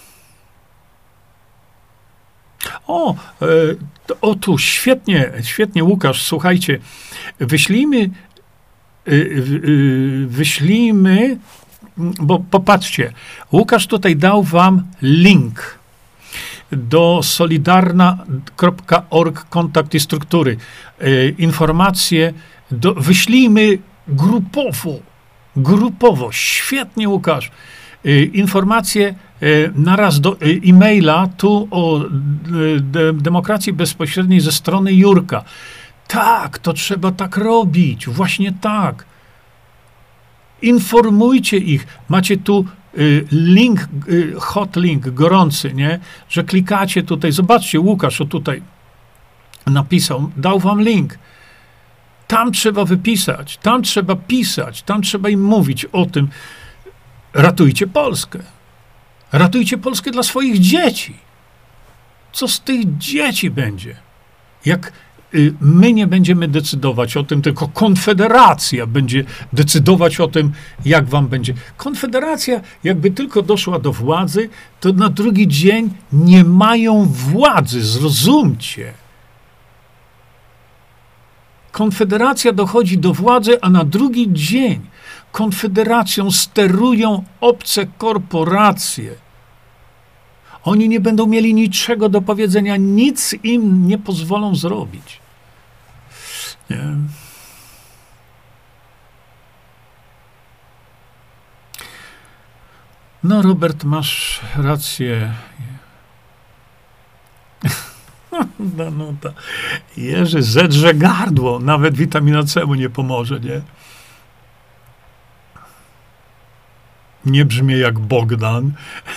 Tu świetnie, Łukasz, słuchajcie, wyślijmy, bo popatrzcie, Łukasz tutaj dał wam link do solidarna.org kontakt i struktury. Informacje wyślijmy grupowo, świetnie, Łukasz. Informacje naraz do e-maila tu o demokracji bezpośredniej ze strony Jurka. Tak, to trzeba tak robić, właśnie tak. Informujcie ich. Macie tu link, hot link, gorący, nie? Że klikacie tutaj. Zobaczcie, Łukasz, o tutaj napisał, dał wam link. Tam trzeba wypisać, tam trzeba pisać, tam trzeba im mówić o tym. Ratujcie Polskę. Ratujcie Polskę dla swoich dzieci. Co z tych dzieci będzie? Jak my nie będziemy decydować o tym, tylko Konfederacja będzie decydować o tym, jak wam będzie. Konfederacja, jakby tylko doszła do władzy, to na drugi dzień nie mają władzy, zrozumcie. Konfederacja dochodzi do władzy, a na drugi dzień Konfederacją sterują obce korporacje. Oni nie będą mieli niczego do powiedzenia, nic im nie pozwolą zrobić. Nie. No, Robert, masz rację. Danuta. Jerzy, zedrze gardło. Nawet witamina C mu nie pomoże, nie? Nie brzmi jak Bogdan.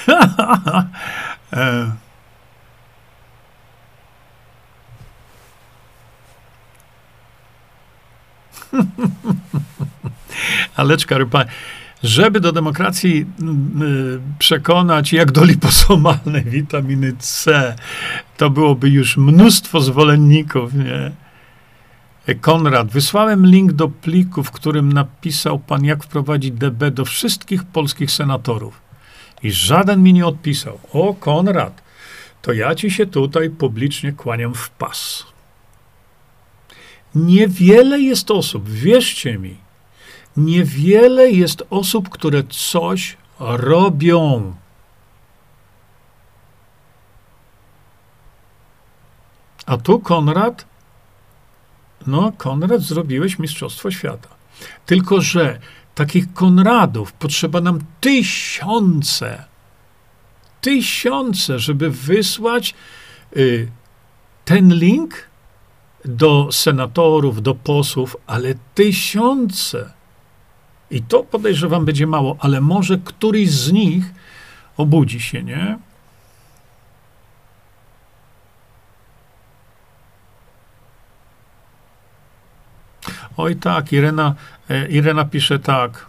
Aleczka Rypa, żeby do demokracji przekonać jak do liposomalnej witaminy C, to byłoby już mnóstwo zwolenników, nie? Konrad, wysłałem link do pliku, w którym napisał pan, jak wprowadzić DB do wszystkich polskich senatorów. I żaden mi nie odpisał. O, Konrad, to ja ci się tutaj publicznie kłaniam w pas. Niewiele jest osób, wierzcie mi, niewiele jest osób, które coś robią. A tu Konrad, no Konrad, zrobiłeś Mistrzostwo Świata. Tylko że takich Konradów potrzeba nam tysiące, żeby wysłać ten link do senatorów, do posłów, ale tysiące. I to podejrzewam będzie mało, ale może któryś z nich obudzi się, nie? Oj tak, Irena pisze tak.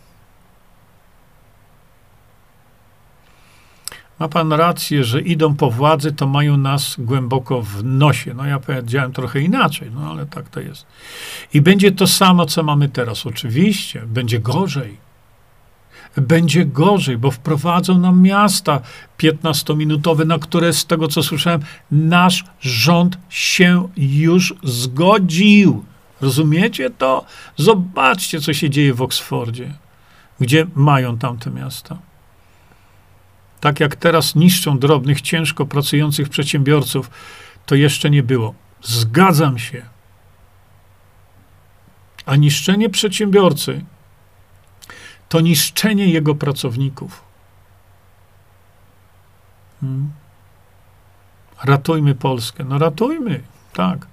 Ma pan rację, że idą po władzy, to mają nas głęboko w nosie. No ja powiedziałem trochę inaczej, no ale tak to jest. I będzie to samo, co mamy teraz. Oczywiście, będzie gorzej. Będzie gorzej, bo wprowadzą nam miasta 15-minutowe, na które, z tego co słyszałem, nasz rząd się już zgodził. Rozumiecie to? Zobaczcie, co się dzieje w Oksfordzie, gdzie mają tamte miasta. Tak jak teraz niszczą drobnych, ciężko pracujących przedsiębiorców, to jeszcze nie było. Zgadzam się. A niszczenie przedsiębiorcy to niszczenie jego pracowników. Ratujmy Polskę. No ratujmy, tak.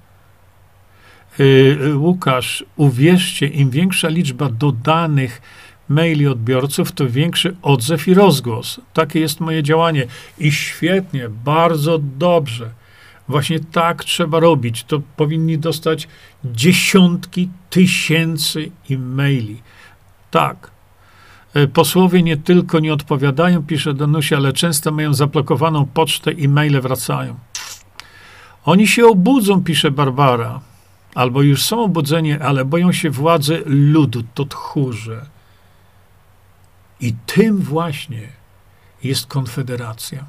Łukasz, uwierzcie, im większa liczba dodanych maili odbiorców, to większy odzew i rozgłos. Takie jest moje działanie. I świetnie, bardzo dobrze. Właśnie tak trzeba robić. To powinni dostać dziesiątki tysięcy e-maili. Tak. Posłowie nie tylko nie odpowiadają, pisze Danusia, ale często mają zablokowaną pocztę i maile wracają. Oni się obudzą, pisze Barbara. Albo już są obudzeni, ale boją się władzy ludu, to tchórze. I tym właśnie jest Konfederacja.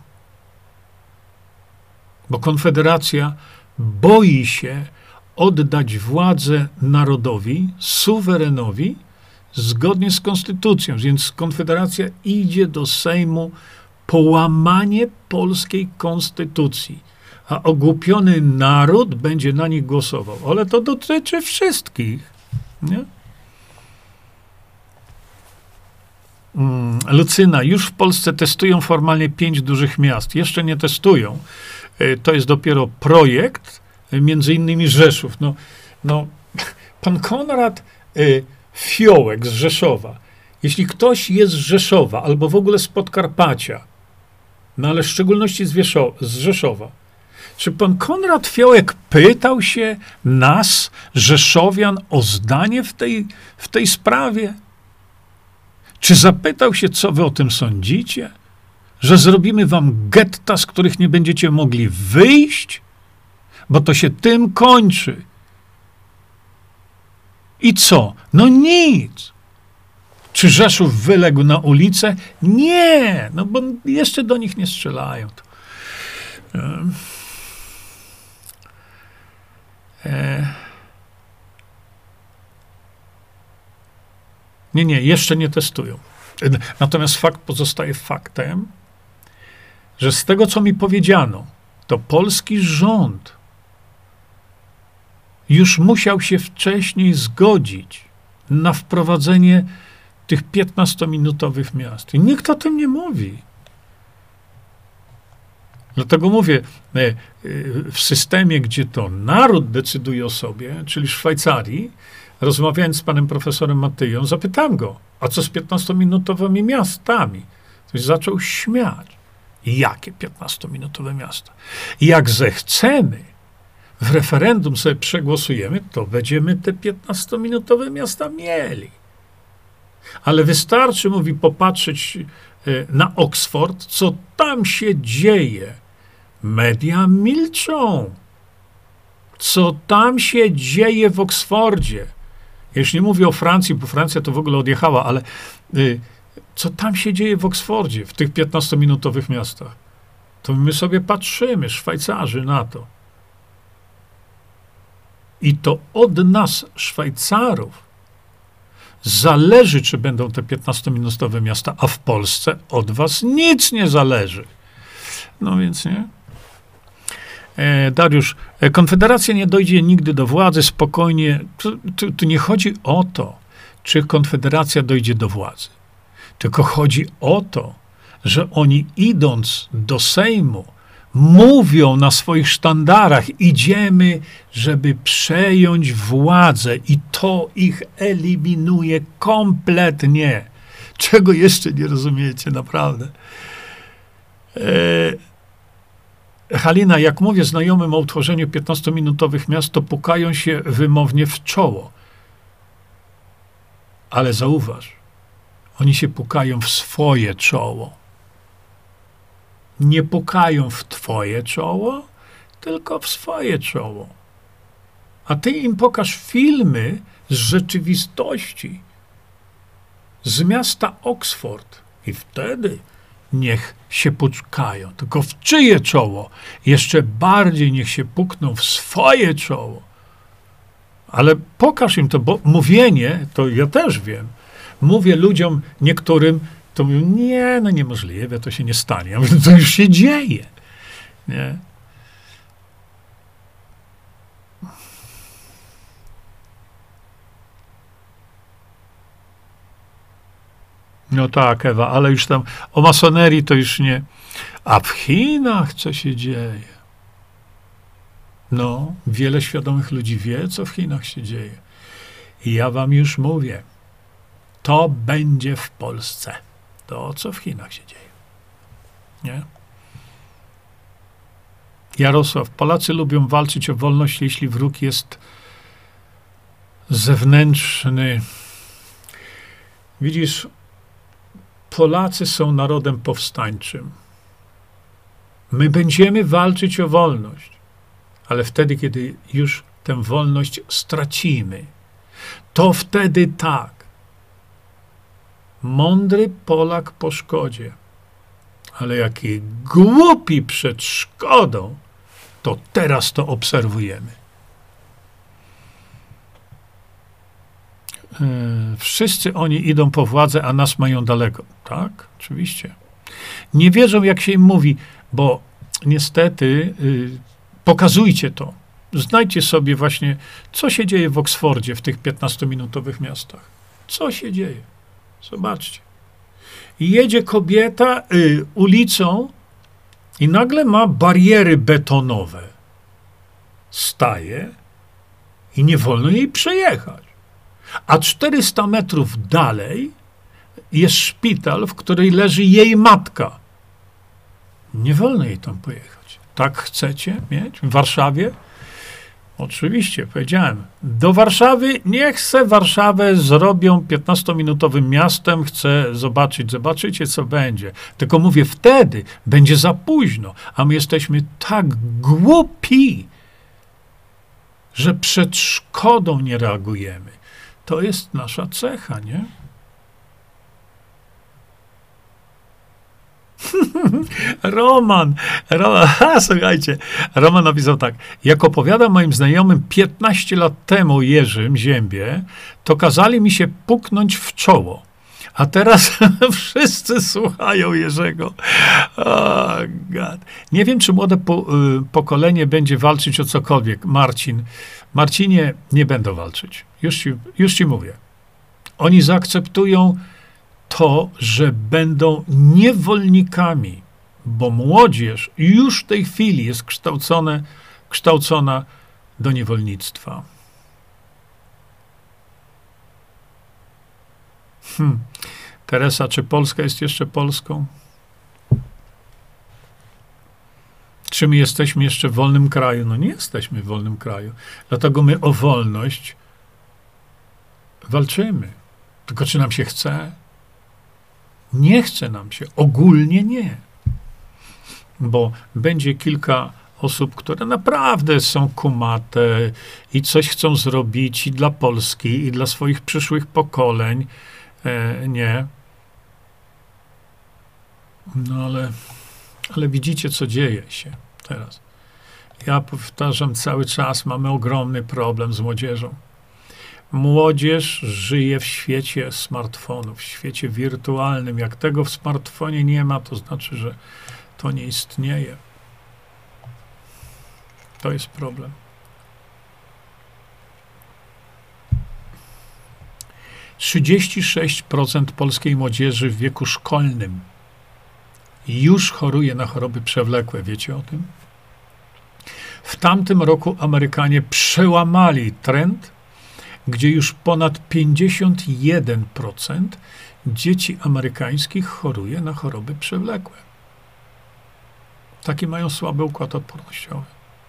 Bo Konfederacja boi się oddać władzę narodowi, suwerenowi, zgodnie z konstytucją. Więc Konfederacja idzie do Sejmu po łamanie polskiej konstytucji. A ogłupiony naród będzie na nich głosował. Ale to dotyczy wszystkich. Nie? Lucyna, już w Polsce testują formalnie 5 dużych miast. Jeszcze nie testują. To jest dopiero projekt, między innymi Rzeszów. No, pan Konrad Fiołek z Rzeszowa Jeśli ktoś jest z Rzeszowa albo w ogóle z Podkarpacia, no ale w szczególności z Rzeszowa, czy pan Konrad Fiołek pytał się nas, Rzeszowian, o zdanie w tej sprawie? Czy zapytał się, co wy o tym sądzicie? Że zrobimy wam getta, z których nie będziecie mogli wyjść? Bo to się tym kończy. I co? No nic. Czy Rzeszów wyległ na ulicę? Nie, no bo jeszcze do nich nie strzelają. Nie, jeszcze nie testują. Natomiast fakt pozostaje faktem, że z tego, co mi powiedziano, to polski rząd już musiał się wcześniej zgodzić na wprowadzenie tych 15-minutowych miast. I nikt o tym nie mówi. Dlatego mówię, w systemie, gdzie to naród decyduje o sobie, czyli w Szwajcarii, rozmawiając z panem profesorem Matyją, zapytałem go, a co z 15-minutowymi miastami? Ktoś zaczął śmiać. Jakie 15-minutowe miasta? I jak zechcemy, w referendum sobie przegłosujemy, to będziemy te 15-minutowe miasta mieli. Ale wystarczy, mówi, popatrzeć na Oxford, co tam się dzieje. Media milczą. Co tam się dzieje w Oksfordzie? Już nie mówię o Francji, bo Francja to w ogóle odjechała, ale co tam się dzieje w Oksfordzie, w tych 15-minutowych miastach? To my sobie patrzymy, Szwajcarzy, na to. I to od nas, Szwajcarów, zależy, czy będą te 15-minutowe miasta, a w Polsce od was nic nie zależy. No więc nie. Dariusz, Konfederacja nie dojdzie nigdy do władzy, spokojnie. Tu nie chodzi o to, czy Konfederacja dojdzie do władzy. Tylko chodzi o to, że oni idąc do Sejmu, mówią na swoich sztandarach, idziemy, żeby przejąć władzę i to ich eliminuje kompletnie. Czego jeszcze nie rozumiecie, naprawdę. Halina, jak mówię znajomym o utworzeniu 15-minutowych miast, to pukają się wymownie w czoło. Ale zauważ, oni się pukają w swoje czoło. Nie pukają w twoje czoło, tylko w swoje czoło. A ty im pokaż filmy z rzeczywistości, z miasta Oxford i wtedy niech się pukają. Tylko w czyje czoło? Jeszcze bardziej niech się pukną w swoje czoło. Ale pokaż im to, bo mówienie, to ja też wiem. Mówię ludziom niektórym, to mówią, nie, no niemożliwe, to się nie stanie. Ja mówię, to już się dzieje. Nie? No tak, Ewa, ale już tam o masonerii to już nie. A w Chinach co się dzieje? No, wiele świadomych ludzi wie, co w Chinach się dzieje. I ja wam już mówię, to będzie w Polsce. To, co w Chinach się dzieje. Nie? Jarosław, Polacy lubią walczyć o wolność, jeśli wróg jest zewnętrzny. Widzisz, Polacy są narodem powstańczym. My będziemy walczyć o wolność, ale wtedy, kiedy już tę wolność stracimy, to wtedy tak. Mądry Polak po szkodzie, ale jaki głupi przed szkodą, to teraz to obserwujemy. Wszyscy oni idą po władzę, a nas mają daleko. Tak, oczywiście. Nie wierzą, jak się im mówi, bo niestety pokazujcie to. Znajdźcie sobie właśnie, co się dzieje w Oksfordzie, w tych 15-minutowych miastach. Co się dzieje? Zobaczcie. Jedzie kobieta ulicą i nagle ma bariery betonowe. Staje i nie wolno jej przejechać. A 400 metrów dalej jest szpital, w której leży jej matka. Nie wolno jej tam pojechać. Tak chcecie mieć w Warszawie? Oczywiście, powiedziałem. Do Warszawy, niech se Warszawę zrobią 15-minutowym miastem, chcę zobaczyć, zobaczycie, co będzie. Tylko mówię, wtedy będzie za późno, a my jesteśmy tak głupi, że przed szkodą nie reagujemy. To jest nasza cecha, nie? Słuchajcie, Roman napisał tak. Jak opowiadam moim znajomym 15 lat temu o Jerzym Ziębie, to kazali mi się puknąć w czoło. A teraz wszyscy słuchają Jerzego. Oh God. Nie wiem, czy młode pokolenie będzie walczyć o cokolwiek. Marcinie, nie będą walczyć. Już ci mówię. Oni zaakceptują to, że będą niewolnikami, bo młodzież już w tej chwili jest kształcona do niewolnictwa. Teresa, czy Polska jest jeszcze Polską? Czy my jesteśmy jeszcze w wolnym kraju? No nie jesteśmy w wolnym kraju. Dlatego my o wolność walczymy. Tylko czy nam się chce? Nie chce nam się. Ogólnie nie. Bo będzie kilka osób, które naprawdę są kumate i coś chcą zrobić i dla Polski, i dla swoich przyszłych pokoleń. Nie. No ale widzicie, co dzieje się teraz. Ja powtarzam cały czas, mamy ogromny problem z młodzieżą. Młodzież żyje w świecie smartfonów, w świecie wirtualnym. Jak tego w smartfonie nie ma, to znaczy, że to nie istnieje. To jest problem. 36% polskiej młodzieży w wieku szkolnym już choruje na choroby przewlekłe. Wiecie o tym? W tamtym roku Amerykanie przełamali trend, gdzie już ponad 51% dzieci amerykańskich choruje na choroby przewlekłe. Taki mają słaby układ odpornościowy.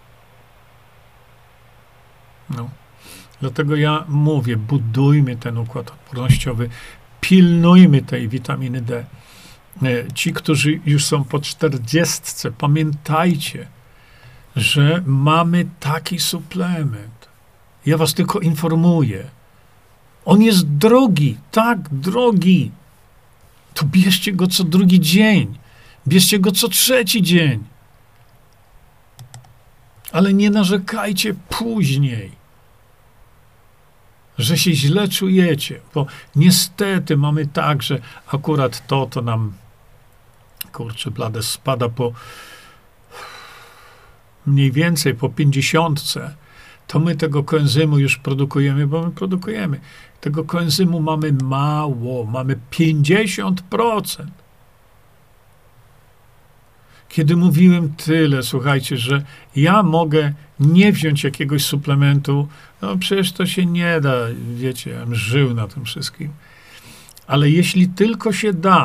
No. Dlatego ja mówię, budujmy ten układ odpornościowy, pilnujmy tej witaminy D. Ci, którzy już są po 40, pamiętajcie, że mamy taki suplement. Ja was tylko informuję. On jest drogi, tak, drogi. To bierzcie go co drugi dzień. Bierzcie go co trzeci dzień. Ale nie narzekajcie później, że się źle czujecie, bo niestety mamy tak, że akurat to nam, kurczę blade, spada po mniej więcej po 50, to my tego koenzymu już produkujemy, bo my produkujemy. Tego koenzymu mamy mało, mamy 50%. Kiedy mówiłem tyle, słuchajcie, że ja mogę nie wziąć jakiegoś suplementu, no przecież to się nie da, wiecie, ja bym żył na tym wszystkim. Ale jeśli tylko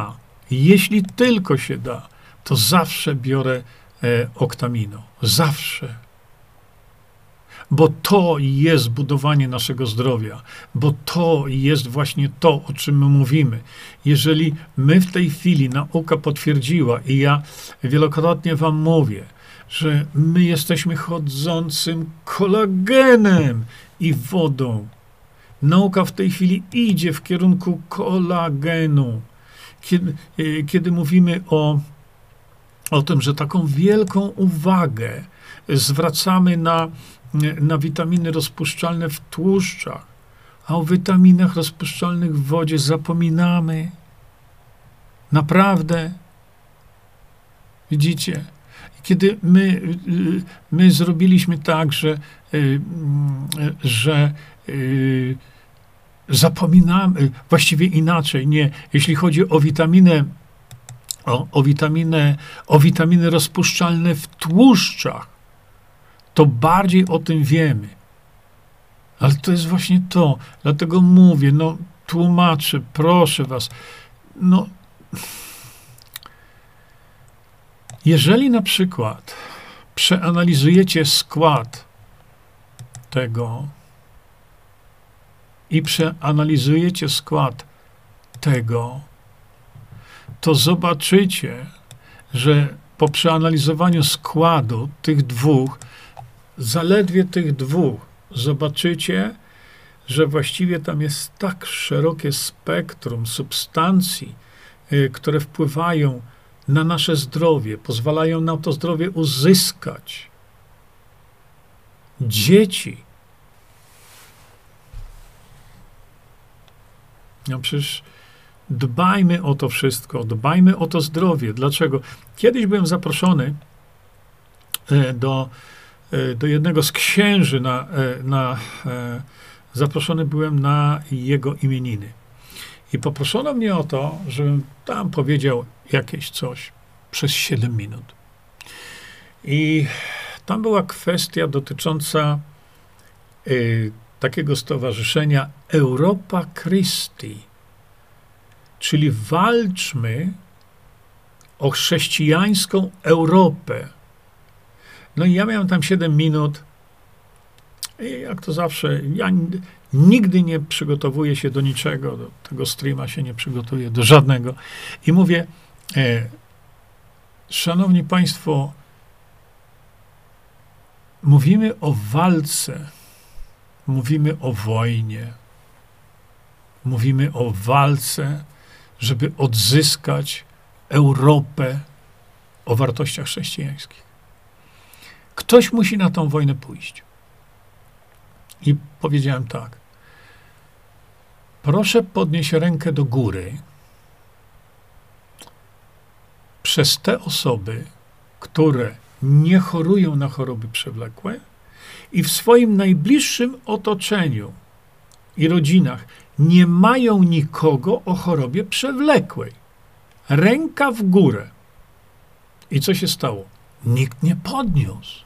się da, to zawsze biorę Octamino. Zawsze. Bo to jest budowanie naszego zdrowia, bo to jest właśnie to, o czym my mówimy. Jeżeli my w tej chwili, nauka potwierdziła i ja wielokrotnie wam mówię, że my jesteśmy chodzącym kolagenem i wodą. Nauka w tej chwili idzie w kierunku kolagenu. Kiedy mówimy o tym, że taką wielką uwagę zwracamy na witaminy rozpuszczalne w tłuszczach, a o witaminach rozpuszczalnych w wodzie zapominamy. Naprawdę. Widzicie? Kiedy my zrobiliśmy tak, że zapominamy, właściwie inaczej, nie, jeśli chodzi o witaminę, o witaminy rozpuszczalne w tłuszczach, to bardziej o tym wiemy. Ale to jest właśnie to. Dlatego mówię, tłumaczę, proszę was, no, jeżeli na przykład przeanalizujecie skład tego i przeanalizujecie skład tego, to zobaczycie, że po przeanalizowaniu składu tych dwóch, zaledwie tych dwóch, zobaczycie, że właściwie tam jest tak szerokie spektrum substancji, które wpływają na nasze zdrowie, pozwalają nam to zdrowie uzyskać. Dzieci. No przecież dbajmy o to wszystko, dbajmy o to zdrowie. Dlaczego? Kiedyś byłem zaproszony do jednego z księży, zaproszony byłem na jego imieniny. I poproszono mnie o to, żebym tam powiedział jakieś coś przez 7 minut. I tam była kwestia dotycząca takiego stowarzyszenia Europa Christi, czyli walczmy o chrześcijańską Europę. No i ja miałem tam 7 minut i jak to zawsze, ja nigdy nie przygotowuję się do niczego, do tego streama się nie przygotuję, do żadnego. I mówię, szanowni państwo, mówimy o walce, mówimy o wojnie, mówimy o walce, żeby odzyskać Europę o wartościach chrześcijańskich. Ktoś musi na tą wojnę pójść. I powiedziałem tak. Proszę podnieść rękę do góry przez te osoby, które nie chorują na choroby przewlekłe i w swoim najbliższym otoczeniu i rodzinach nie mają nikogo o chorobie przewlekłej. Ręka w górę. I co się stało? Nikt nie podniósł.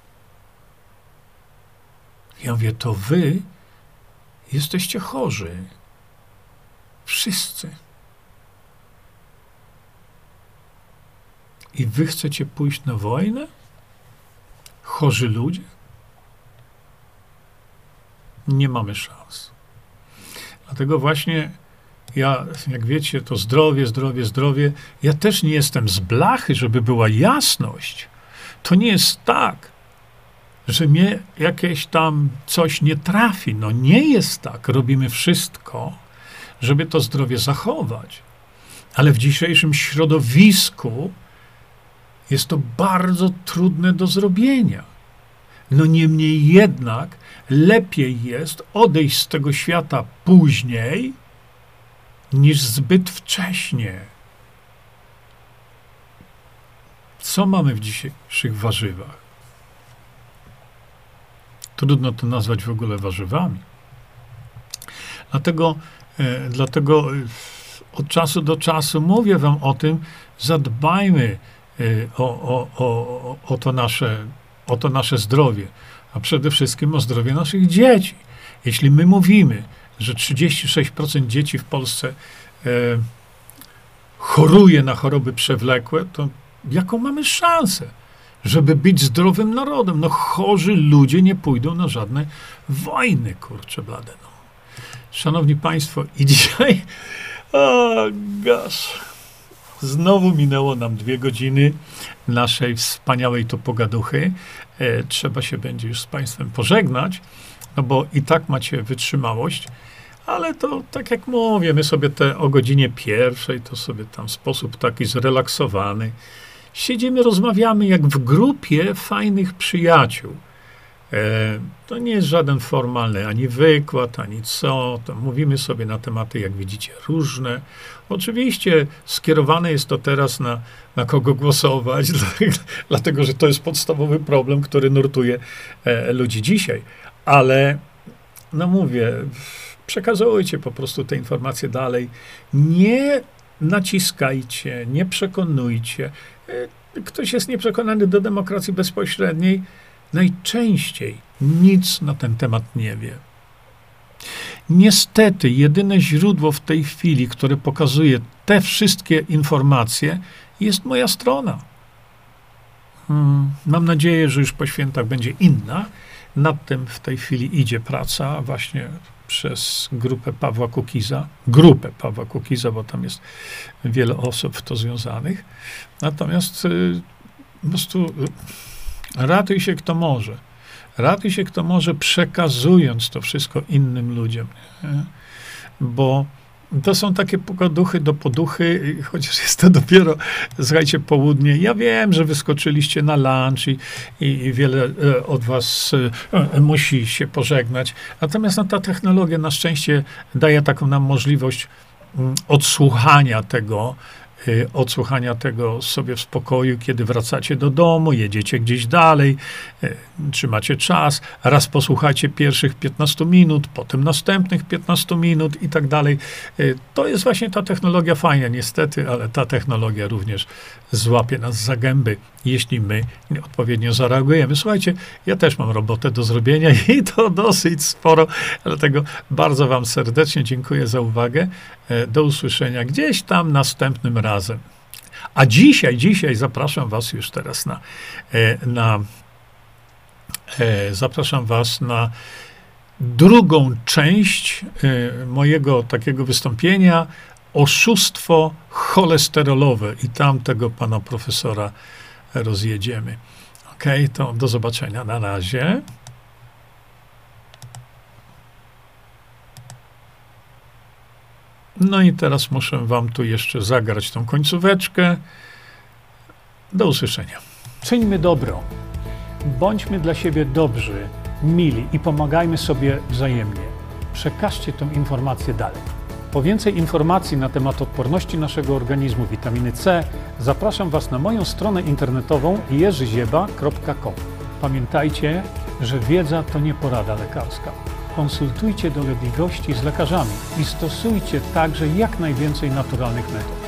Ja mówię, to wy jesteście chorzy. Wszyscy. I wy chcecie pójść na wojnę? Chorzy ludzie? Nie mamy szans. Dlatego właśnie ja, jak wiecie, to zdrowie, zdrowie, zdrowie. Ja też nie jestem z blachy, żeby była jasność. To nie jest tak, że mnie jakieś tam coś nie trafi. No nie jest tak. Robimy wszystko, żeby to zdrowie zachować. Ale w dzisiejszym środowisku jest to bardzo trudne do zrobienia. No niemniej jednak lepiej jest odejść z tego świata później, niż zbyt wcześnie. Co mamy w dzisiejszych warzywach? Trudno to nazwać w ogóle warzywami. Dlatego od czasu do czasu mówię wam o tym, zadbajmy o to nasze zdrowie, a przede wszystkim o zdrowie naszych dzieci. Jeśli my mówimy, że 36% dzieci w Polsce choruje na choroby przewlekłe, to jaką mamy szansę, żeby być zdrowym narodem? No chorzy ludzie nie pójdą na żadne wojny, kurczę blade. No. Szanowni państwo, i dzisiaj znowu minęło nam 2 godziny naszej wspaniałej tu pogaduchy. Trzeba się będzie już z państwem pożegnać, no bo i tak macie wytrzymałość, ale to tak jak mówię, my sobie o godzinie 1 to sobie tam w sposób taki zrelaksowany siedzimy, rozmawiamy jak w grupie fajnych przyjaciół. To nie jest żaden formalny ani wykład, ani co. To mówimy sobie na tematy, jak widzicie, różne. Oczywiście skierowane jest to teraz na kogo głosować, dlatego że to jest podstawowy problem, który nurtuje ludzi dzisiaj. Ale, no mówię, przekazujcie po prostu te informacje dalej. Nie naciskajcie, nie przekonujcie. Ktoś jest nieprzekonany do demokracji bezpośredniej, najczęściej nic na ten temat nie wie. Niestety, jedyne źródło w tej chwili, które pokazuje te wszystkie informacje, jest moja strona. Mam nadzieję, że już po świętach będzie inna. Nad tym w tej chwili idzie praca właśnie przez grupę Pawła Kukiza, bo tam jest wiele osób w to związanych. Natomiast po prostu ratuj się kto może. Ratuj się kto może, przekazując to wszystko innym ludziom. Nie? Bo to są takie pogaduchy do poduchy, chociaż jest to dopiero, słuchajcie, południe. Ja wiem, że wyskoczyliście na lunch i wiele od was musi się pożegnać. Natomiast ta technologia na szczęście daje taką nam możliwość odsłuchania tego sobie w spokoju, kiedy wracacie do domu, jedziecie gdzieś dalej, trzymacie czas, raz posłuchacie pierwszych 15 minut, potem następnych 15 minut i tak dalej. To jest właśnie ta technologia fajna, niestety, ale ta technologia również złapie nas za gęby, jeśli my odpowiednio zareagujemy. Słuchajcie, ja też mam robotę do zrobienia i to dosyć sporo, dlatego bardzo wam serdecznie dziękuję za uwagę. Do usłyszenia gdzieś tam następnym razem. A dzisiaj zapraszam was już teraz zapraszam was na drugą część mojego takiego wystąpienia, oszustwo cholesterolowe, i tam tego pana profesora rozjedziemy. Okej, to do zobaczenia. Na razie. No i teraz muszę wam tu jeszcze zagrać tą końcóweczkę. Do usłyszenia. Czyńmy dobro. Bądźmy dla siebie dobrzy, mili i pomagajmy sobie wzajemnie. Przekażcie tę informację dalej. Po więcej informacji na temat odporności naszego organizmu, witaminy C, zapraszam was na moją stronę internetową jerzyzieba.com. Pamiętajcie, że wiedza to nie porada lekarska. Konsultujcie dolegliwości z lekarzami i stosujcie także jak najwięcej naturalnych metod.